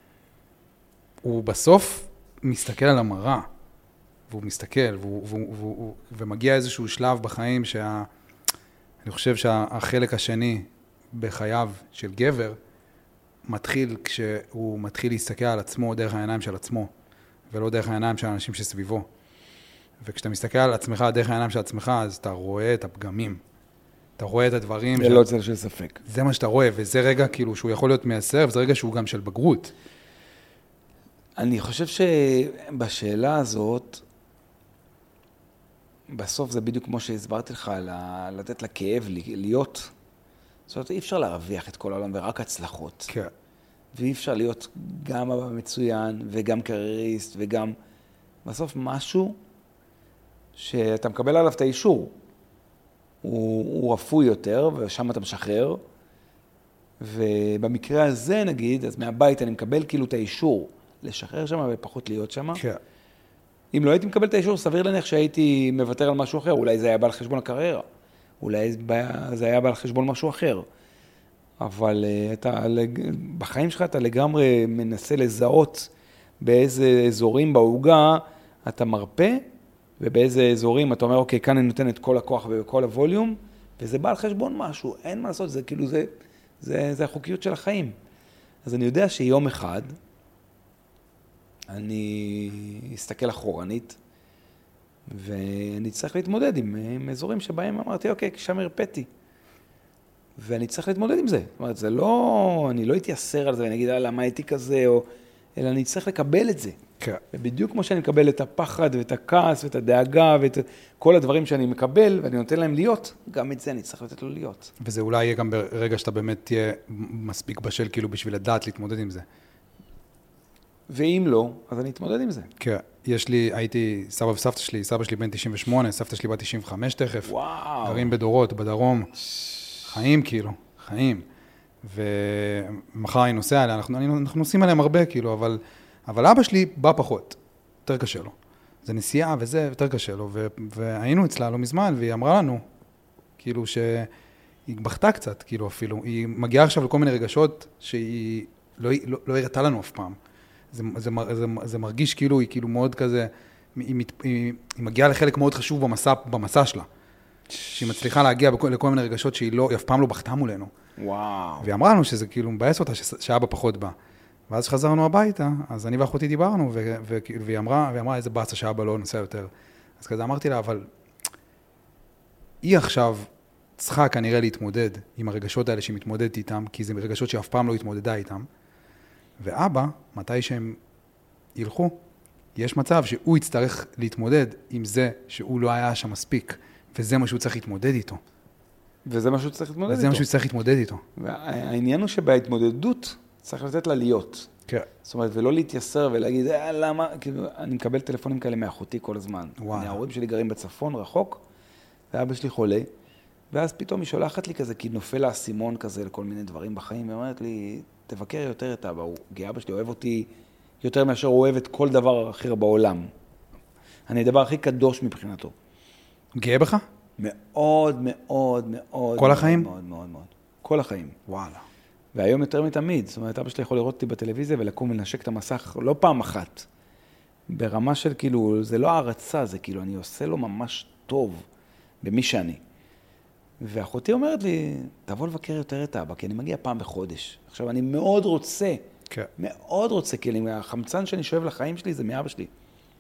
הוא בסוף מסתכל על המראה, והוא מסתכל, ומגיע איזשהו שלב בחיים אני חושב שהחלק השני בחייו של גבר מתחיל כשהוא מתחיל להסתכל על עצמו דרך העיניים של עצמו, ולא דרך העיניים של האנשים שסביבו. וכשאתה מסתכל על עצמך דרך העיניים של עצמך, אז אתה רואה את הפגמים. אתה רואה את הדברים... זה לא צל של ספק. זה מה שאתה רואה, וזה רגע כאילו שהוא יכול להיות מייסר, וזה רגע שהוא גם של בגרות. אני חושב שבשאלה הזאת, בסוף זה בדיוק כמו שהסברתי לך, לתת לכאב להיות. זאת אומרת, אי אפשר להרוויח את כל העולם ורק הצלחות. כן. ואי אפשר להיות גם אבא מצוין וגם קרייריסט וגם... בסוף משהו שאתה מקבל עליו את האישור. הוא רפוי יותר ושם אתה משחרר. ובמקרה הזה נגיד, אז מהבית אני מקבל כאילו את האישור לשחרר שם ופחות להיות שם. כן. אם לא הייתי מקבל את האישור, סביר להניח שהייתי מוותר על משהו אחר. אולי זה היה בא על חשבון הקריירה. אולי זה היה בא על חשבון משהו אחר. אבל בחיים שלך אתה לגמרי מנסה לזהות באיזה אזורים בעוגה אתה מרפא, ובאיזה אזורים אתה אומר, אוקיי, כאן אני נותן את כל הכוח וכל הווליום, וזה בא על חשבון משהו. אין מה לעשות, זה כאילו זה החוקיות של החיים. אז אני יודע שיום אחד, אני אסתכל אחורנית, ואני צריך להתמודד עם אזורים שבהם אמרתי, אוקיי, שם הרפאתי. ואני צריך להתמודד עם זה. זאת אומרת, זה לא, אני לא אתייסר על זה, ואני אגיד, למה הייתי כזה, או... אלא אני צריך לקבל את זה. כן. ובדיוק כמו שאני מקבל את הפחד ואת הכעס ואת הדאגה ואת כל הדברים שאני מקבל, ואני נותן להם להיות, גם את זה אני צריך לתת לו להיות. וזה אולי יהיה גם ברגע שאתה באמת תהיה מספיק בשל, כאילו בשביל לדעת להתמודד עם זה. ואם לא, אז אני אתמודד עם זה. כן, הייתי סבא וסבתא שלי, סבא שלי בן 98, סבתא שלי בת 95 תכף. וואו. גרים בדורות, בדרום. חיים כאילו, חיים. ומחר אני נוסע עליה, אנחנו נוסעים עליהם הרבה כאילו, אבל אבא שלי בא פחות, יותר קשה לו. זה נסיעה וזה, יותר קשה לו. והיינו אצלה לא מזמן, והיא אמרה לנו, כאילו שהיא בכתה קצת, כאילו אפילו. היא מגיעה עכשיו לכל מיני רגשות שהיא לא הראתה לנו אף פעם. זה מרגיש כאילו, היא כאילו מאוד כזה, היא מגיעה לחלק מאוד חשוב במסע שלה. שהיא מצליחה להגיע לכל מיני רגשות שהיא אף פעם לא בכתה מולנו. וואו. והיא אמרה לנו שזה כאילו מבאס אותה שאבא פחות בא. ואז שחזרנו הביתה, אז אני ואחותי דיברנו, והיא אמרה איזה באסה שאבא לא נוסע יותר. אז כזה אמרתי לה, אבל היא עכשיו צריכה כנראה להתמודד עם הרגשות האלה שהיא מתמודדת איתם, כי זה רגשות שאף פעם לא התמודדה איתם. ואבא, מתי שהם ילכו, יש מצב שהוא יצטרך להתמודד עם זה שהוא לא היה שם מספיק, וזה מה שהוא צריך להתמודד איתו. וזה מה שהוא צריך להתמודד איתו. וזה מה שהוא צריך להתמודד איתו. והעניין הוא שבהתמודדות צריך לתת לה להיות. כן. זאת אומרת, ולא להתייסר ולהגיד, למה? כאילו, אני מקבל טלפונים כאלה מאחותי כל הזמן. וואו. ההורים שלי גרים בצפון, רחוק, ואבא שלי חולה, ואז פתאום היא שולחת לי כזה, כי נופל לה אסימון כזה לכל מיני דברים בחיים, והיא אומרת לי, תבקר יותר את אבא, כי אבא שלי אוהב אותי יותר מאשר הוא אוהב את כל דבר אחר בעולם. אני הדבר הכי קדוש מבחינתו. גאה בך? מאוד, מאוד, מאוד. כל החיים? מאוד, מאוד, מאוד. כל החיים. וואלה. והיום יותר מתמיד. זאת אומרת, אבא שלי יכול לראות אותי בטלוויזיה ולקום ולנשק את המסך לא פעם אחת. ברמה של כאילו, זה לא הערצה, זה כאילו, אני עושה לו ממש טוב במי שאני. ואחותי אומרת לי, תבוא לבקר יותר את אבא, כי אני מגיע פעם בחודש. עכשיו, אני מאוד רוצה, כן. מאוד רוצה, כי החמצן שאני שואב לחיים שלי זה מאבא שלי.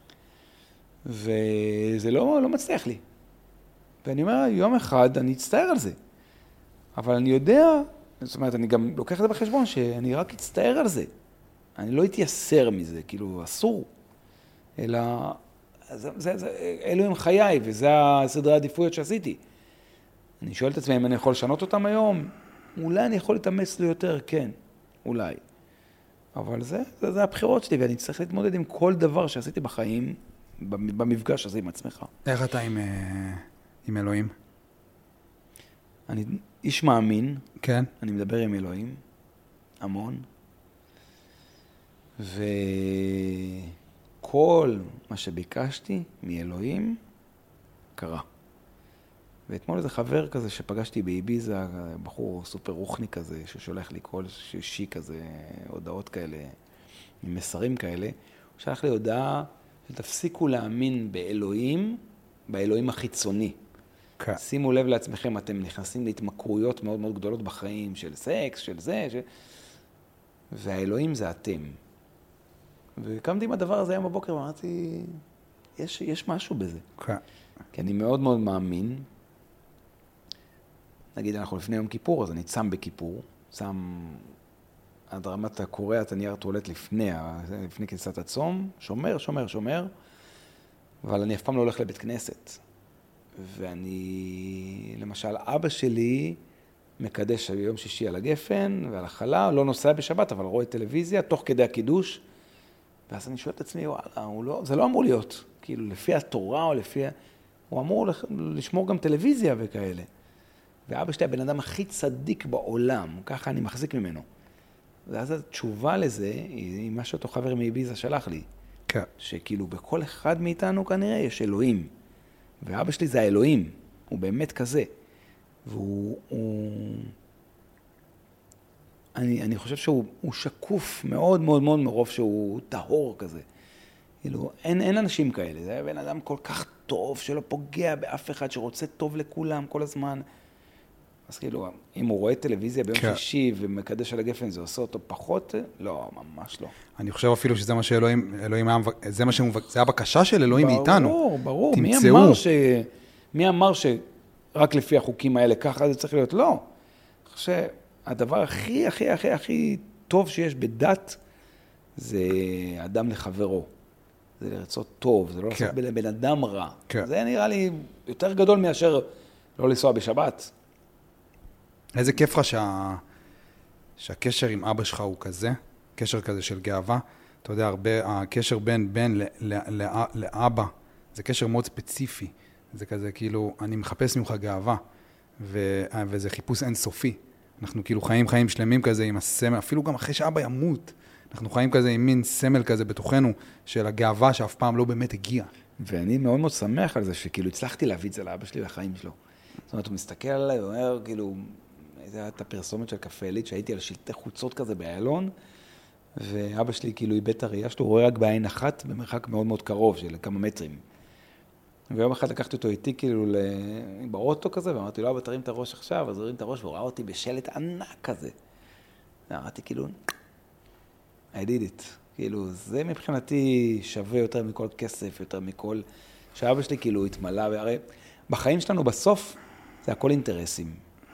וזה לא מצליח לי. ואני אומר, יום אחד אני אצטער על זה. אבל אני יודע, זאת אומרת, אני גם לוקח את זה בחשבון, שאני רק אצטער על זה. אני לא אתייסר מזה, כאילו, אסור. אלא, אלו הם חיי, וזה הסדרי העדיפויות שעשיתי. אני שואל את עצמי, אם אני יכול לשנות אותם היום, אולי אני יכול להתאמץ לי יותר, כן, אולי. אבל זה הבחירות שלי, ואני צריך להתמודד עם כל דבר שעשיתי בחיים, במפגש הזה עם עצמך. איך אתה עם אלוהים? אני איש מאמין. כן. אני מדבר עם אלוהים, המון. וכל מה שביקשתי מאלוהים קרה. ואתמול איזה חבר כזה שפגשתי באיביזה, בחור סופר רוחני כזה, ששולח לי כל שישי כזה, הודעות כאלה, עם מסרים כאלה, הוא שלח לי הודעה שתפסיקו להאמין באלוהים, באלוהים החיצוני. כן. שימו לב לעצמכם, אתם נכנסים להתמכרויות מאוד מאוד גדולות בחיים, של סקס, של זה, והאלוהים זה אתם. וקמתי עם הדבר הזה היום בבוקר, ואמרתי, יש משהו בזה. כן. כי אני מאוד מאוד מאמין, נגיד אנחנו לפני יום כיפור, אז אני צם בכיפור, צם עד רמת הקורא את הנייר טואלט לפני כניסת הצום, שומר, אבל אני אף פעם לא הולך לבית כנסת. ואני, למשל, אבא שלי מקדש ביום שישי על הגפן ועל החלה, לא נוסע בשבת, אבל רואה טלוויזיה, תוך כדי הקידוש, ואז אני שואל את עצמי, וואלה, זה לא אמור להיות, כאילו, לפי התורה או לפי... הוא אמור לשמור גם טלוויזיה וכאלה. ואבא שלי הבן אדם הכי צדיק בעולם, ככה אני מחזיק ממנו. ואז התשובה לזה היא מה שאותו חבר מאיביזה שלח לי. כן. שכאילו בכל אחד מאיתנו כנראה יש אלוהים. ואבא שלי זה האלוהים, הוא באמת כזה. אני חושב שהוא שקוף מאוד מאוד מאוד מרוב שהוא טהור כזה. כאילו, אין אנשים כאלה, זה בן אדם כל כך טוב, שלא פוגע באף אחד, שרוצה טוב לכולם כל הזמן. אז כאילו, אם הוא רואה טלוויזיה ביום שישי ומקדש על הגפן, זה עושה אותו פחות? לא, ממש לא. אני חושב אפילו שזה מה שאלוהים, זה הבקשה של אלוהים מאיתנו. ברור. תמצאו. מי אמר שרק לפי החוקים האלה ככה זה צריך להיות? לא. אני חושב שהדבר הכי טוב שיש בדת, זה אדם לחברו. זה לרצות טוב, זה לא לעשות בן אדם רע. זה נראה לי יותר גדול מאשר לא לנסוע בשבת. איזה כיף לך שהקשר עם אבא שלך הוא כזה, קשר כזה של גאווה. אתה יודע, הקשר בין בן לאבא, זה קשר מאוד ספציפי. זה כזה כאילו, אני מחפש ממך גאווה, וזה חיפוש אינסופי. אנחנו כאילו חיים שלמים כזה עם הסמל, אפילו גם אחרי שאבא ימות. אנחנו חיים כזה עם מין סמל כזה בתוכנו, של הגאווה שאף פעם לא באמת הגיע. ואני מאוד מאוד שמח על זה, שכאילו הצלחתי להביא את זה לאבא שלי לחיים שלו. זאת אומרת, הוא מסתכל עליי, הוא אומר, כאילו, זה היה את הפרסומת של קפה עילית, שהייתי על שלטי חוצות כזה באיילון, ואבא שלי כאילו איבד את הראייה שלו, הוא רואה רק בעין אחת, במרחק מאוד מאוד קרוב, של כמה מטרים. ויום אחד לקחתי אותו איתי כאילו באוטו כזה, ואמרתי לו, אבא, תרים את הראש עכשיו, אז הוא הרים את הראש, והוא ראה אותי בשלט ענק כזה. ואמרתי כאילו, I did it. כאילו, זה מבחינתי שווה יותר מכל כסף, יותר מכל... שאבא שלי כאילו התמלא, והרי בחיים שלנו בסוף זה הכל אינטרסים.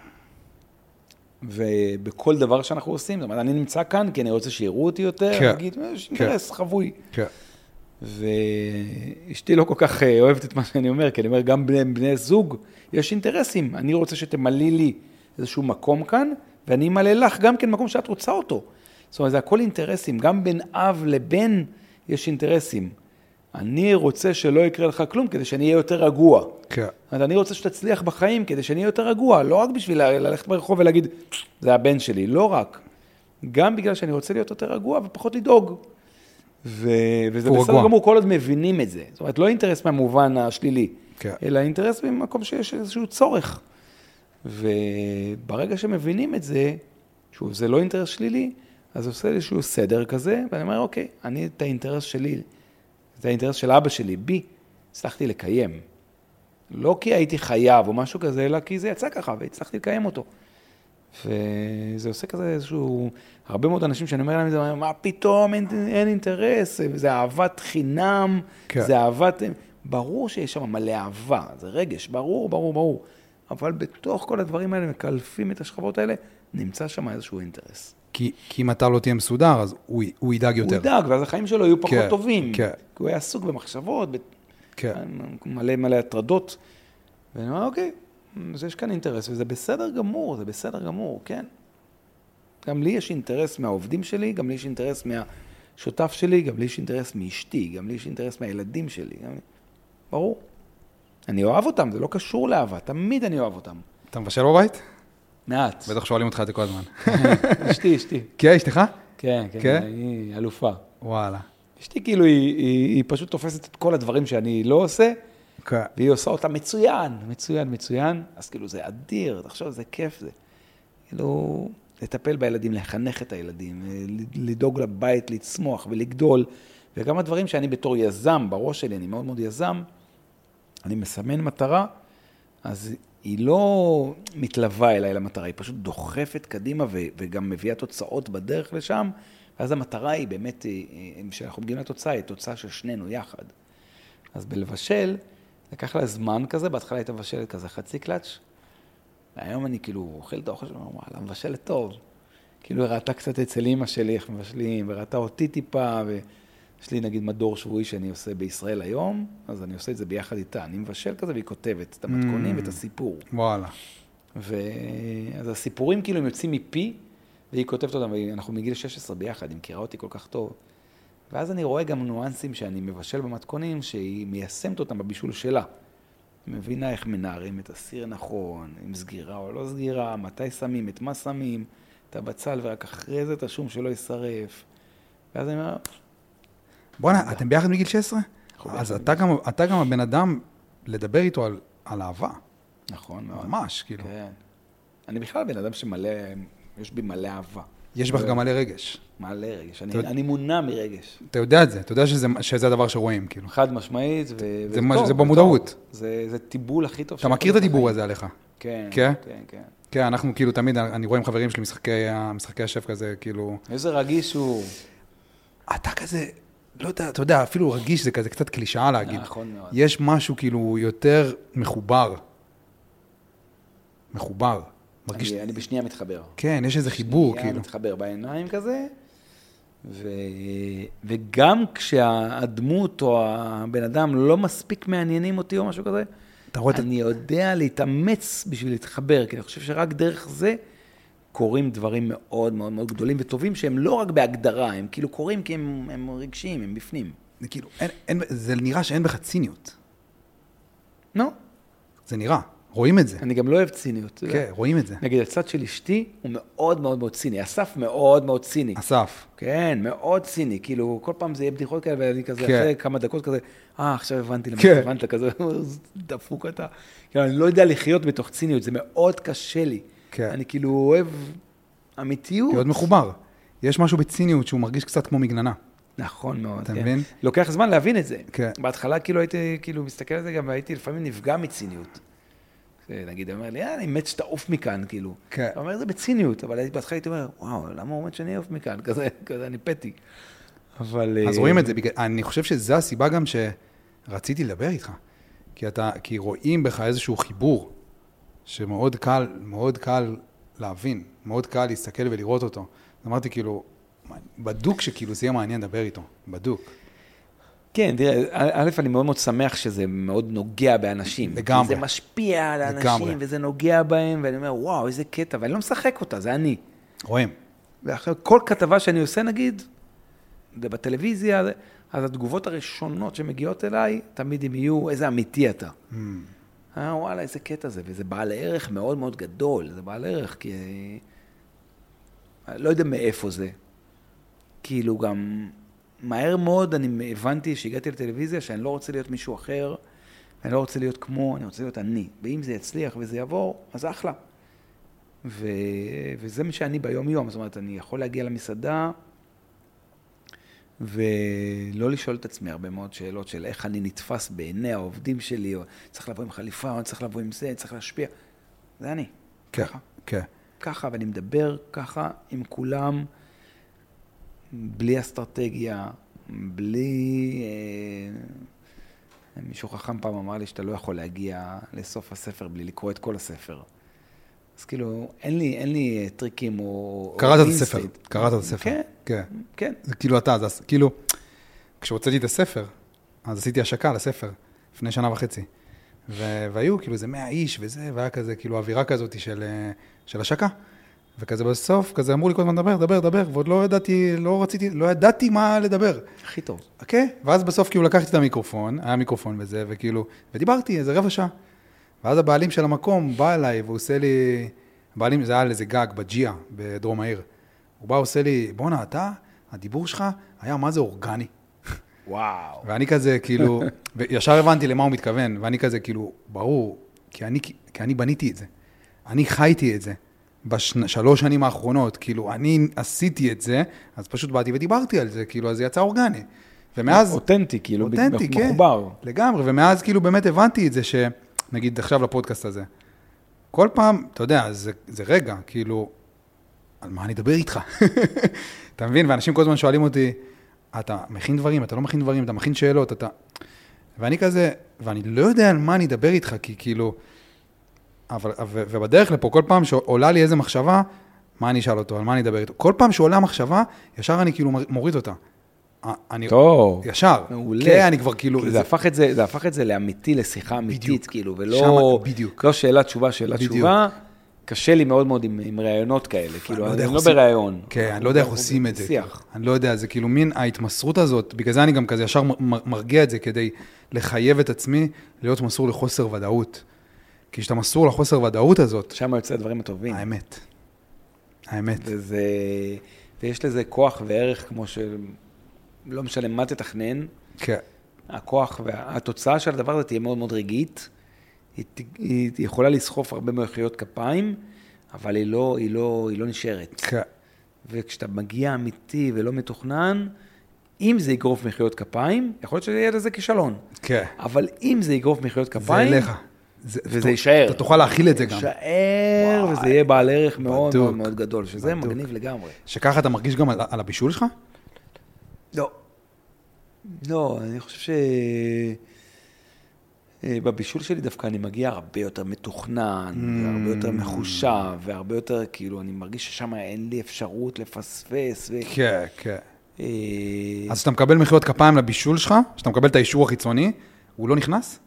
ובכל דבר שאנחנו עושים, זאת אומרת, אני נמצא כאן כי אני רוצה שיראו אותי יותר, נגיד, יש אינטרס חבוי. כן. ואשתי לא כל כך אוהבת את מה שאני אומר, כי אני אומר, גם בני זוג יש אינטרסים. אני רוצה שתמלאי לי איזשהו מקום כאן, ואני אמלא לך גם כן מקום שאת רוצה אותו. זאת אומרת, זה הכל אינטרסים. גם בין אב לבן יש אינטרסים. אני רוצה שלא יקרה לך כלום, כדי שאני אהיה יותר רגוע. כן. אז אני רוצה שתצליח בחיים, כדי שאני אהיה יותר רגוע. לא רק בשביל ללכת ברחוב ולהגיד, זה הבן שלי. לא רק. גם בגלל שאני רוצה להיות יותר רגוע ופחות לדאוג. וזה בסדר גמור, כל עוד מבינים את זה. זאת אומרת, לא אינטרס מהמובן השלילי, אלא אינטרס במקום שיש איזשהו צורך. וברגע שמבינים את זה, שוב, זה לא אינטרס שלילי, אז עושה איזשהו סדר כזה, ואני אומר, אוקיי, אני את האינטרס שלי, זה האינטרס של אבא שלי, בי, הצלחתי לקיים. לא כי הייתי חייב או משהו כזה, אלא כי זה יצא ככה, והצלחתי לקיים אותו. וזה עושה כזה איזשהו, הרבה מאוד אנשים שאני אומר להם, זה אומר, מה פתאום, אין אינטרס, זה אהבת חינם, זה אהבת, ברור שיש שם מלא אהבה, זה רגש, ברור, אבל בתוך כל הדברים האלה, מקלפים את השכבות האלה, נמצא שם איזשהו אינטרס. כי אם אתה לא תהיה מסודר, אז הוא ידאג יותר. הוא ידאג, ואז החיים שלו יהיו פחות טובים, כי הוא היה עסוק במחשבות, מלא הטרדות, ואני אומר, אוקיי, אז יש כאן אינטרס, וזה בסדר גמור, כן? גם לי יש אינטרס מהעובדים שלי, גם לי יש אינטרס מהשותף שלי, גם לי יש אינטרס מאשתי, גם לי יש אינטרס מהילדים שלי. ברור. אני אוהב אותם, זה לא קשור לאהבה, תמיד אני אוהב אותם. אתה מבשל בבית? מעט. בטח שואלים אותך את זה כל הזמן. אשתי. כן, אשתך? כן, היא אלופה. וואלה. אשתי כאילו, היא פשוט תופסת את כל הדברים שאני לא עושה, והיא עושה אותה מצוין, אז כאילו זה אדיר, תחשוב, זה כיף זה. כאילו, לטפל בילדים, לחנך את הילדים, לדאוג לבית, לצמוח ולגדול, וגם הדברים שאני בתור יזם, בראש שלי, אני מאוד מאוד יזם, אני מסמן מטרה, אז היא לא מתלווה אליי למטרה, היא פשוט דוחפת קדימה וגם מביאה תוצאות בדרך לשם, ואז המטרה היא באמת, שאנחנו מגיעים לתוצאה, היא תוצאה של שנינו יחד. אז בלבשל, לקח לה זמן כזה, בהתחלה הייתה מבשלת כזה חצי קלאץ', והיום אני כאילו אוכל את האוכל שלנו, וואלה, מבשלת טוב. כאילו הראתה קצת אצל אמא שלי איך מבשלים, וראתה אותי טיפה, ויש לי נגיד מדור שבועי שאני עושה בישראל היום, אז אני עושה את זה ביחד איתה. אני מבשל כזה והיא כותבת את המתכונים ואת הסיפור. וואלה. אז הסיפורים כאילו הם יוצאים מפי, והיא כותבת אותם, ואנחנו מגיל 16 ביחד, היא מכירה אותי כל כך טוב. ואז אני רואה גם ניואנסים שאני מבשל במתכונים, שהיא מיישמת אותם בבישול שלה. היא מבינה איך מנערים את הסיר נכון, עם סגירה או לא סגירה, מתי שמים, את מה שמים, את הבצל, ורק אחרי זה את השום שלא יישרף. ואז אני אומר... בוא'נה, אתם ביחד מגיל 16? אז אתה גם הבן אדם לדבר איתו על אהבה. נכון מאוד. ממש, כאילו. כן. אני בכלל בן אדם שמלא, יש בי מלא אהבה. יש בך גם מלא רגש. מלא רגש, אני מונע מרגש. אתה יודע את זה, אתה יודע שזה הדבר שרואים, כאילו. חד משמעית, זה במודעות. זה טיבול הכי טוב. אתה מכיר את הדיבור הזה עליך? כן, כן. כן. כן, אנחנו כאילו תמיד, אני רואה עם חברים שלי משחקי השף כזה, כאילו... איזה רגיש הוא... אתה כזה, לא יודע, אתה יודע, אפילו רגיש זה כזה קצת קלישאה להגיד. נכון מאוד. יש משהו כאילו יותר מחובר. מחובר. אני בשנייה מתחבר. כן, יש איזה חיבור, כאילו. בשנייה מתחבר בעיניים כזה, וגם כשהדמות או הבן אדם לא מספיק מעניינים אותי או משהו כזה, אני יודע להתאמץ בשביל להתחבר, כי אני חושב שרק דרך זה קורים דברים מאוד מאוד מאוד גדולים וטובים, שהם לא רק בהגדרה, הם כאילו קורים כי הם רגשיים, הם בפנים. זה כאילו, זה נראה שאין בך ציניות. לא. זה נראה, רואים את זה. אני גם לא אוהב ציניות. כן, רואים את זה. נגיד, הצד של אשתי הוא מאוד מאוד מאוד ציני, אסף מאוד מאוד ציני. אסף. כן, מאוד ציני, כאילו, כל פעם זה יהיה בדיחות כאלה, ואני כזה, אחרי כמה דקות כזה, עכשיו הבנתי למה הבנת, כזה, דפוק אתה. אני לא יודע לחיות בתוך ציניות, זה מאוד קשה לי. אני כאילו אוהב אמיתיות. להיות מחובר. יש משהו בציניות שהוא מרגיש קצת כמו מגננה. נכון מאוד, אתה כן. מבין? לוקח זמן להבין את זה. כן. בהתחלה כאילו הייתי מסתכל על זה גם, והייתי לפעמים נפגע מציניות. נגיד, הוא אומר לי, אני מת שתעוף מכאן, כאילו. כן. הוא אומר, זה בציניות, אבל בהתחלה הייתי אומר, וואו, למה הוא מת שאני אעוף מכאן? כזה, אני פתי. אבל... אז רואים את זה, אני חושב שזה הסיבה גם שרציתי לדבר איתך. כי רואים בך איזשהו חיבור, שמאוד קל להבין, מאוד קל להסתכל ולראות אותו. אמרתי, כאילו, בדוק שכאילו זה יהיה מעניין לדבר איתו, בדוק. כן, תראה, א', אני מאוד מאוד שמח שזה מאוד נוגע באנשים. לגמרי. זה משפיע על האנשים, וזה נוגע בהם, ואני אומר, וואו, איזה קטע, ואני לא משחק אותה, זה אני. רואים. ואחרי כל כתבה שאני עושה, נגיד, בטלוויזיה, אז התגובות הראשונות שמגיעות אליי, תמיד הם יהיו, איזה אמיתי אתה. וואלה, איזה קטע זה, וזה בעל ערך מאוד מאוד גדול, זה בעל ערך, כי... לא יודע מאיפה זה. כאילו גם... מהר מאוד אני הבנתי שהגעתי לטלוויזיה שאני לא רוצה להיות מישהו אחר, אני לא רוצה להיות כמו, אני רוצה להיות אני. ואם זה יצליח וזה יעבור, אז אחלה. וזה מה שאני ביום יום. זאת אומרת, אני יכול להגיע למסעדה ולא לשאול את עצמי הרבה מאוד שאלות של איך אני נתפס בעיני העובדים שלי, או צריך לבוא עם חליפה, או צריך לבוא עם זה, צריך להשפיע. זה אני. ככה. כן. ככה, ואני מדבר ככה עם כולם, בלי אסטרטגיה, בלי... מישהו חכם פעם אמר לי שאתה לא יכול להגיע לסוף הספר בלי לקרוא את כל הספר. אז כאילו, אין לי טריקים או... קראת את הספר. כן. כן. זה כאילו אתה, אז כאילו, כשהוצאתי את הספר, אז עשיתי השקה לספר, לפני 1.5 שנה. והיו כאילו זה 100 איש וזה, והיה כזה כאילו אווירה כזאת של השקה. וכזה בסוף, כזה אמרו לי כל הזמן דבר, ועוד לא ידעתי מה לדבר. הכי טוב. אוקיי? ואז בסוף כאילו לקחתי את המיקרופון, היה מיקרופון וזה, וכאילו, ודיברתי איזה 15 דקות. ואז הבעלים של המקום בא אליי, והוא עושה לי, הבעלים זה היה על איזה גג בג'יה, בדרום העיר. הוא בא, עושה לי, בונה, הדיבור שלך היה מה זה אורגני. וואו. ואני כזה כאילו, ישר הבנתי למה הוא מתכוון, ואני כזה כאילו, ברור, כי אני בניתי את זה. אני חייתי את זה. ב3 שנים האחרונות, כאילו, אני עשיתי את זה, אז פשוט באתי ודיברתי על זה, כאילו, אז זה יצא אורגני. ומאז... אותנטי, כאילו, מחובר. לגמרי, ומאז כאילו באמת הבנתי את זה, שנגיד עכשיו לפודקאסט הזה, כל פעם, אתה יודע, זה רגע, כאילו, על מה אני אדבר איתך? אתה מבין? ואנשים כל הזמן שואלים אותי, אתה מכין דברים, אתה לא מכין דברים, אתה מכין שאלות, אתה... ואני כזה, ואני לא יודע על מה אני אדבר איתך, כי כאילו... ובדרך לפה, כל פעם שעולה לי איזה מחשבה, מה אני אשאל אותו, על מה אני אדבר איתו? כל פעם שעולה מחשבה, ישר אני כאילו מוריד אותה. טוב. ישר. מעולה. כן, אני כבר כאילו... זה הפך את זה לאמיתי, לשיחה אמיתית, כאילו, ולא... בדיוק. לא שאלה תשובה. קשה לי מאוד מאוד עם רעיונות כאלה, כאילו, אני לא ברעיון. כן, אני לא יודע איך עושים את זה. אני לא יודע, זה כאילו מין ההתמסרות הזאת, בגלל זה אני גם כזה ישר מרגיע את זה, כדי לחייב את עצמי להיות מסור לחוסר ודאות. כי כשאתה מסור לחוסר ודאות הזאת... שם יוצא הדברים הטובים. האמת. ויש לזה כוח וערך כמו שלא משנה מה תתכנן. כן. הכוח והתוצאה של הדבר הזה תהיה מאוד מאוד רגעית. היא יכולה לסחוף הרבה מחיאות כפיים, אבל היא לא נשארת. כן. וכשאתה מגיע אמיתי ולא מתוכנן, אם זה יגרוף מחיאות כפיים, יכול להיות שיהיה לזה כישלון. כן. אבל אם זה יגרוף מחיאות כפיים... זה אליך. וזה יישאר. אתה תוכל להכיל את זה גם. יישאר, וזה יהיה בעל ערך מאוד מאוד מאוד גדול, שזה מגניב לגמרי. שככה אתה מרגיש גם על הבישול שלך? לא, אני חושב בבישול שלי דווקא אני מגיע הרבה יותר מתוכנן, הרבה יותר מחושב, והרבה יותר, כאילו, אני מרגיש ששם אין לי אפשרות לפספס. כן, כן. אז כשאתה מקבל מחיאות כפיים לבישול שלך, כשאתה מקבל את האישור החיצוני, הוא לא נכנס?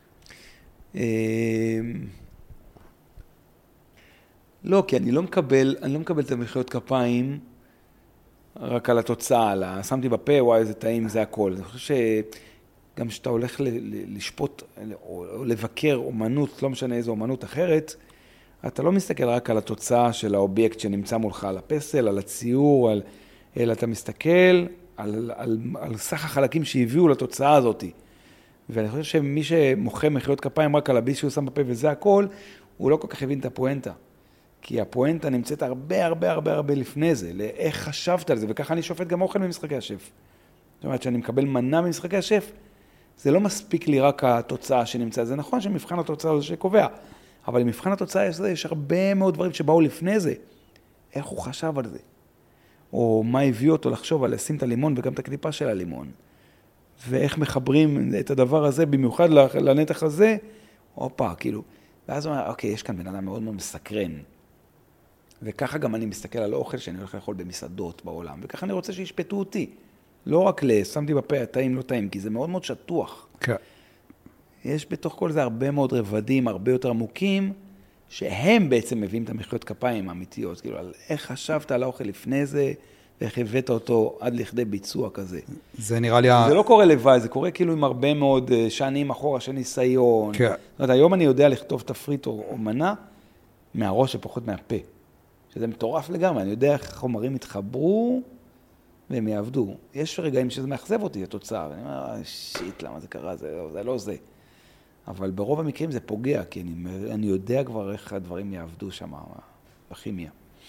לא, כי אני לא מקבל את המחיאות כפיים רק על התוצאה, שמתי בפה, וואי, איזה טעים, זה הכל. אני חושב שגם כשאתה הולך לשפוט או לבקר אומנות, לא משנה איזו אומנות אחרת, אתה לא מסתכל רק על התוצאה של האובייקט שנמצא מולך, על הפסל, על הציור, אלא אתה מסתכל על סך החלקים שהביאו לתוצאה הזאת. ואני חושב שמי שמוחה מחיאות כפיים רק על הביס שהוא שם בפה וזה הכל, הוא לא כל כך הבין את הפואנטה. כי הפואנטה נמצאת הרבה לפני זה, לאיך חשבת על זה, וככה אני שופט גם אוכל במשחקי השף. זאת אומרת, שאני מקבל מנה במשחקי השף, זה לא מספיק לי רק התוצאה שנמצא. זה נכון שמבחן התוצאה זה שקובע, אבל במבחן התוצאה יש הרבה מאוד דברים שבאו לפני זה. איך הוא חשב על זה? או מה הביא אותו לחשוב על לשים את הלימון וגם את הקליפה של הלימון. ואיך מחברים את הדבר הזה, במיוחד לנתח הזה, אופה, כאילו. ואז הוא אומר, אוקיי, יש כאן בן אדם מאוד מאוד מסקרן. וככה גם אני מסתכל על האוכל שאני הולך לאכול במסעדות בעולם, וככה אני רוצה שישפטו אותי. לא רק שמתי בפה, טעים, לא טעים, כי זה מאוד מאוד שטוח. כן. יש בתוך כל זה הרבה מאוד רבדים, הרבה יותר עמוקים, שהם בעצם מביאים את המחיאות כפיים האמיתיות, כאילו, על איך חשבת על האוכל לפני זה, ואיך הבאת אותו עד לכדי ביצוע כזה. זה נראה לי... זה לא קורה לבד, זה קורה כאילו עם הרבה מאוד שנים אחורה של ניסיון. כן. זאת אומרת, היום אני יודע לכתוב תפריט או מנה מהראש ופחות מהפה. שזה מטורף לגמרי, אני יודע איך החומרים יתחברו והם יעבדו. יש רגעים שזה מאכזב אותי, התוצאה, ואני אומר, שיט, למה זה קרה? זה לא זה. אבל ברוב המקרים זה פוגע, כי אני יודע כבר איך הדברים יעבדו שם, בכימיה.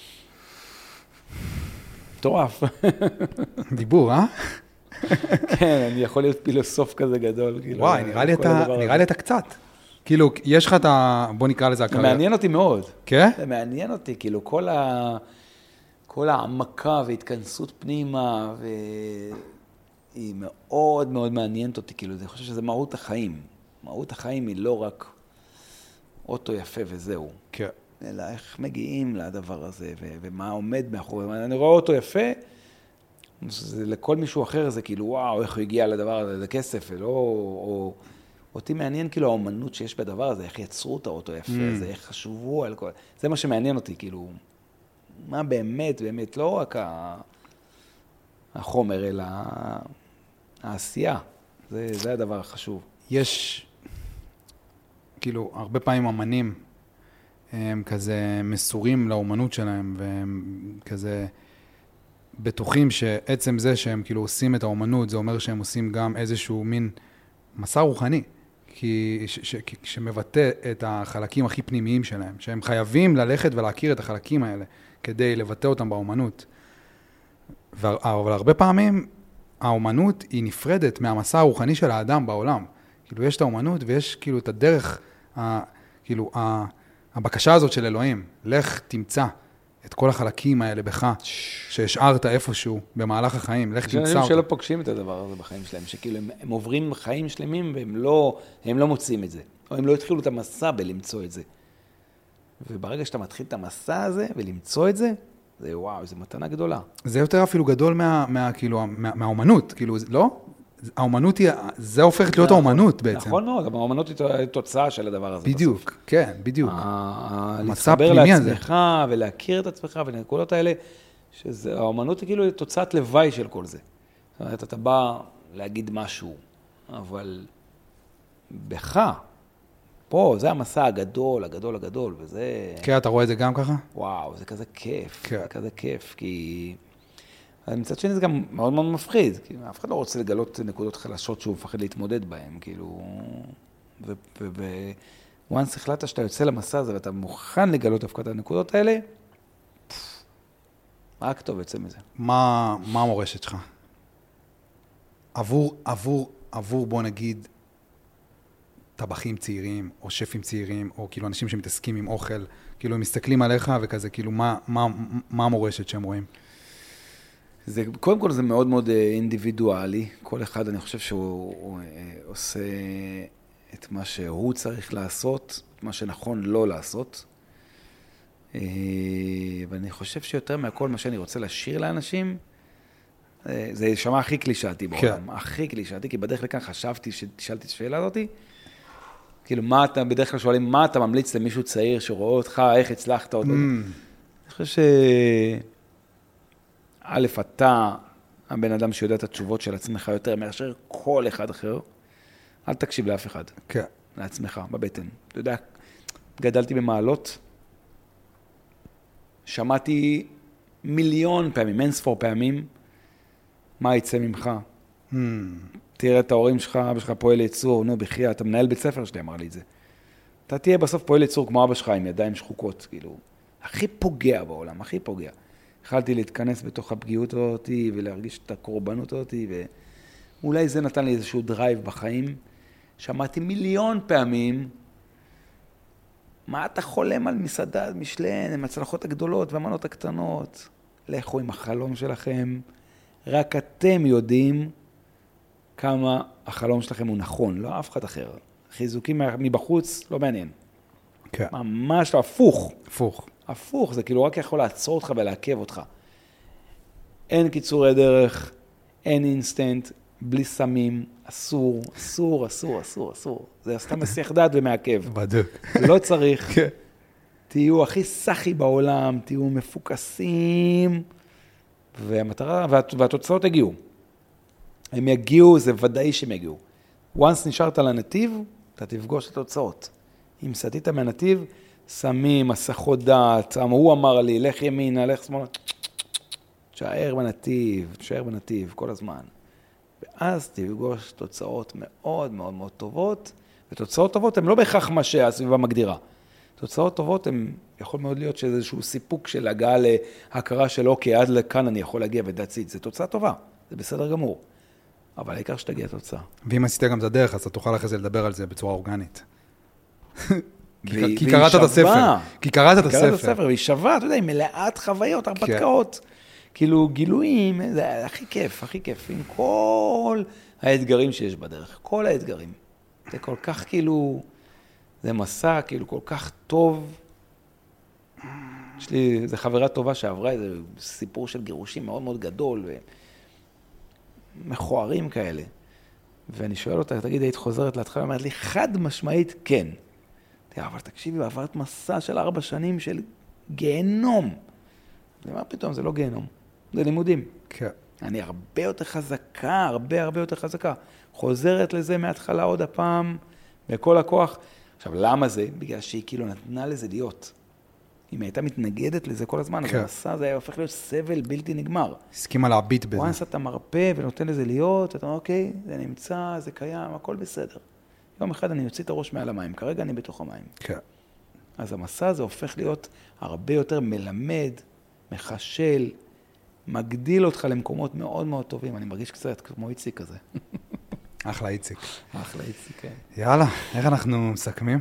מטורף. דיבור, אה? כן, אני יכול להיות פילוסוף כזה גדול. וואי, נראה לי אתה קצת. כאילו, יש לך את ה... בוא נקרא לזה הקריירה. זה מעניין אותי מאוד. כן? זה מעניין אותי, כאילו, כל העמקה והתכנסות פנימה, והיא מאוד מאוד מעניינת אותי, כאילו, אני חושב שזה מהות החיים. מהות החיים היא לא רק אוטו יפה וזהו. כן. אלא איך מגיעים לדבר הזה, ומה עומד מאחורי. אני רואה אוטו יפה, לכל מישהו אחר זה כאילו, וואו, איך הוא הגיע לדבר הזה, זה כסף, ולא... אותי מעניין כאילו האומנות שיש בדבר הזה, איך יצרו את האוטו יפה הזה, איך חשבו על כל... זה מה שמעניין אותי, כאילו, מה באמת, לא רק החומר, אלא העשייה. זה הדבר החשוב. יש, כאילו, הרבה פעמים אמנים, הם כזה מסורים לאומנות שלהם, והם כזה בטוחים שעצם זה שהם כאילו עושים את האומנות, זה אומר שהם עושים גם איזשהו מין מסע רוחני. שמבטא את החלקים הכי פנימיים שלהם, שהם חייבים ללכת ולהכיר את החלקים האלה, כדי לבטא אותם באומנות. אבל הרבה פעמים, האומנות היא נפרדת מהמסע הרוחני של האדם בעולם. כאילו, יש את האומנות ויש כאילו את הדרך, כאילו, הבקשה הזאת של אלוהים, לך תמצא את כל החלקים האלה בך, שהשארת איפשהו במהלך החיים, לך תמצא אותם. יש אנשים שלא פוגשים את הדבר הזה בחיים שלהם, שכאילו הם עוברים חיים שלמים והם לא מוצאים את זה, או הם לא התחילו את המסע בלמצוא את זה. וברגע שאתה מתחיל את המסע הזה ולמצוא את זה, זה וואו, זו מתנה גדולה. זה יותר אפילו גדול מהאומנות, כאילו, לא? האומנות היא, זה הופכת להיות האומנות בעצם. נכון מאוד, אבל האומנות היא תוצאה של הדבר הזה. בדיוק, כן, בדיוק. להתחבר לעצמך ולהכיר את עצמך ולנקודות האלה, האומנות היא כאילו תוצאת לוואי של כל זה. זאת אומרת, אתה בא להגיד משהו, אבל בך, פה, זה המסע הגדול, וזה... כן, אתה רואה את זה גם ככה? וואו, זה כזה כיף, זה כזה כיף, כי... מצד שני זה גם מאוד מאוד מפחיד, כי אף אחד לא רוצה לגלות נקודות חלשות שהוא מפחד להתמודד בהן, כאילו... וואנס החלטת שאתה יוצא למסע הזה ואתה מוכן לגלות דווקא את הנקודות האלה, רק טוב יוצא מזה. מה המורשת שלך? עבור בוא נגיד, טבחים צעירים, או שפים צעירים, או כאילו אנשים שמתעסקים עם אוכל, כאילו הם מסתכלים עליך וכזה, כאילו מה המורשת שהם רואים? קודם כל זה מאוד מאוד אינדיבידואלי, כל אחד אני חושב שהוא עושה את מה שהוא צריך לעשות, את מה שנכון לא לעשות, ואני חושב שיותר מהכל מה שאני רוצה להשאיר לאנשים, זה שמע הכי קלישאתי בעולם, הכי קלישאתי, כי בדרך לכאן חשבתי שתשאלתי את השאלה הזאת, כאילו, בדרך כלל שואלים, מה אתה ממליץ למישהו צעיר שרואה אותך, איך הצלחת אותו? אני חושב א', אתה הבן אדם שיודע את התשובות של עצמך יותר מאשר כל אחד אחר, אל תקשיב לאף אחד. כן. לעצמך, בבטן. אתה יודע, גדלתי במעלות, שמעתי מיליון פעמים, אינספור פעמים, מה יצא ממך? תראה את ההורים שלך, אבא שלך פועל יצור, נו, בחייה, אתה מנהל בית ספר שלי, אמר לי את זה. אתה תהיה בסוף פועל יצור כמו אבא שלך, עם ידיים שחוקות, כאילו, הכי פוגע בעולם, הכי פוגע. התחלתי להתכנס בתוך הפגיעות אותי, ולהרגיש את הקורבנות אותי, ואולי זה נתן לי איזשהו דרייב בחיים. שמעתי מיליון פעמים, מה אתה חולם על מסעדה, משלן, עם הצלחות הגדולות והמנות הקטנות? לכו עם החלום שלכם. רק אתם יודעים כמה החלום שלכם הוא נכון, לא אף אחד אחר. חיזוקים מבחוץ לא מעניין. כן. ממש לא, הפוך. הפוך. הפוך, זה כאילו רק יכול לעצור אותך ולעכב אותך. אין קיצורי דרך, אין אינסטנט, בלי סמים, אסור, אסור, אסור, אסור, אסור. זה סתם מסיח דעת ומעכב. בדיוק. לא צריך. כן. תהיו הכי סחי בעולם, תהיו מפוקסים, והתוצאות יגיעו. הם יגיעו, זה ודאי שהם יגיעו. once נשארת על הנתיב, אתה תפגוש את התוצאות. אם סתית מהנתיב, שמים, מסכות דעת, הוא אמר לי, לך ימינה, לך שמאלה, תשאר בנתיב, כל הזמן. ואז תפגוש תוצאות מאוד מאוד מאוד טובות, ותוצאות טובות הן לא בהכרח מה שהסביבה מגדירה. תוצאות טובות הן יכול מאוד להיות שזה איזשהו סיפוק של הגעה להכרה של אוקיי, עד לכאן אני יכול להגיע ודעצית. זה תוצאה טובה, זה בסדר גמור. אבל העיקר שתגיע תוצאה. ואם עשית גם את הדרך, אז אתה תוכל אחרי זה לדבר על זה בצורה אורגנית. כי קראת את הספר. כי קראת את הספר. והיא שווה, אתה יודע, היא מלאת חוויות, הרפתקאות. כאילו גילויים, זה הכי כיף, הכי כיף. עם כל האתגרים שיש בדרך, כל האתגרים. זה כל כך כאילו, זה מסע כאילו כל כך טוב. יש לי איזו חברה טובה שעברה איזה סיפור של גירושים מאוד מאוד גדול, ומכוערים כאלה. ואני שואל אותה, תגיד, היית חוזרת להתחלה, אומרת לי, חד משמעית, כן. אבל תקשיבי, עברת מסע של 4 שנים של גיהנום. ומה פתאום, זה לא גיהנום, זה לימודים. כן. אני הרבה יותר חזקה, הרבה יותר חזקה. חוזרת לזה מההתחלה עוד הפעם, בכל הכוח. עכשיו, למה זה? בגלל שהיא כאילו נתנה לזה להיות. אם הייתה מתנגדת לזה כל הזמן, אז המסע הזה היה הופך להיות סבל בלתי נגמר. הסכימה להביט בזה. once אתה מרפא ונותן לזה להיות, אתה אומר, אוקיי, זה נמצא, זה קיים, הכל בסדר. יום אחד אני יוציא את הראש מעל המים, כרגע אני בתוך המים. כן. אז המסע הזה הופך להיות הרבה יותר מלמד, מחשל, מגדיל אותך למקומות מאוד מאוד טובים. אני מרגיש קצת כמו איציק כזה. אחלה איציק. אחלה איציק, כן. יאללה, איך אנחנו מסכמים?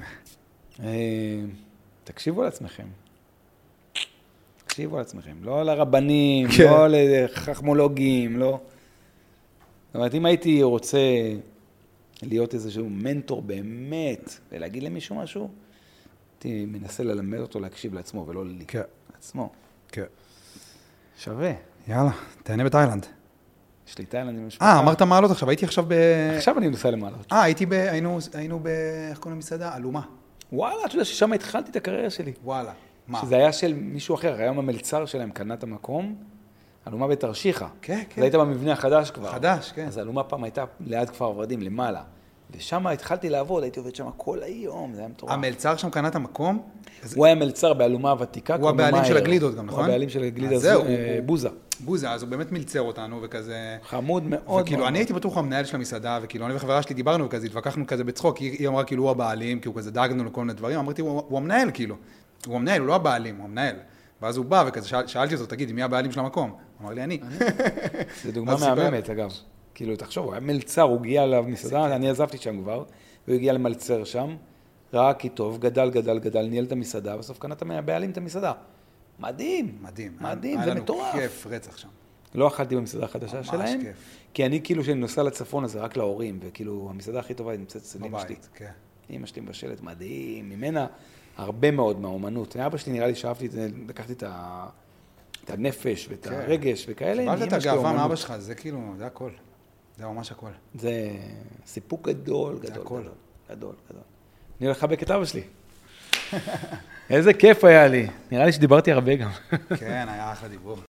תקשיבו על עצמכם. תקשיבו על עצמכם. לא לרבנים, לא לחכמולוגים, לא. זאת אומרת, אם הייתי רוצה להיות איזשהו מנטור באמת, ולהגיד למישהו משהו, הייתי מנסה ללמד אותו להקשיב לעצמו, ולא לעצמו. כן. שווה. יאללה, תהנה בתאילנד. יש לי תאילנד עם משפחה. אמרת מעלות עכשיו, הייתי עכשיו עכשיו אני נוסע למעלות. היינו איך קוראים למסעדה? אלומה. וואלה, אתה יודע ששם התחלתי את הקריירה שלי. וואלה. מה? שזה היה של מישהו אחר, היום המלצר שלהם קנה את המקום, אלומה בתרשיחא. כן, כן. אז היית במבנה החדש כבר. חדש, כן. אז אלומה פעם הייתה ליד כפר ורדים, למעלה. ושם התחלתי לעבוד, הייתי עובד שם כל היום, זה היה מטורף. המלצר שם קנה את המקום? הוא היה מלצר באלומה הוותיקה. הוא הבעלים של הגלידות גם, נכון? הוא הבעלים של הגלידה בוזה. בוזה, אז הוא באמת מלצר אותנו וכזה... חמוד מאוד. וכאילו, אני הייתי בטוח המנהל של המסעדה, וכאילו, אני וחברה שלי דיברנו וכזה, התווכחנו כזה בצחוק, היא אמרה כאילו הוא הבעלים, כי הוא כזה דאגנו לכל מיני דברים, אמרתי, הוא המנהל כאילו. הוא המנהל, הוא לא הבעלים, הוא המנהל. ואז הוא בא וכזה, שאלתי אותו, תגיד, מי הבעלים של המקום? הוא אמר לי, אני. זה דוגמה מהממת, אגב. כאילו, תחשוב, הוא היה מלצר, הוא הגיע למסעדה, אני עזבתי שם כבר, והוא הגיע למלצר שם, ראה כי טוב, גדל, ניהל את המסעדה, בסוף קנה את הבעלים את המסעדה. מדהים, זה מטורף. היה לנו כיף רצח שם. לא אכלתי במסעדה החדשה שלהם, כיף. כי אני כאילו שאני נוסע לצפון הזה רק להורים, וכאילו המסעדה הכי טובה היא נמצאת אצל אמא שלי. כן. אמא שלי מבשלת מדהים, ממנה הרבה מאוד מהאומנות. אבא שלי נראה לי שאהבתי, לקחתי את את הנפש ואת הרגש וכאלה. קיבלת את הגאווה מאבא שלך, זה כאילו, זה הכל. זה ממש הכל. זה סיפוק גדול, גדול. אני הולך לחבק את אבא שלי. איזה כיף היה לי. נראה לי שדיברתי הרבה גם. כן, היה אחלה דיבור.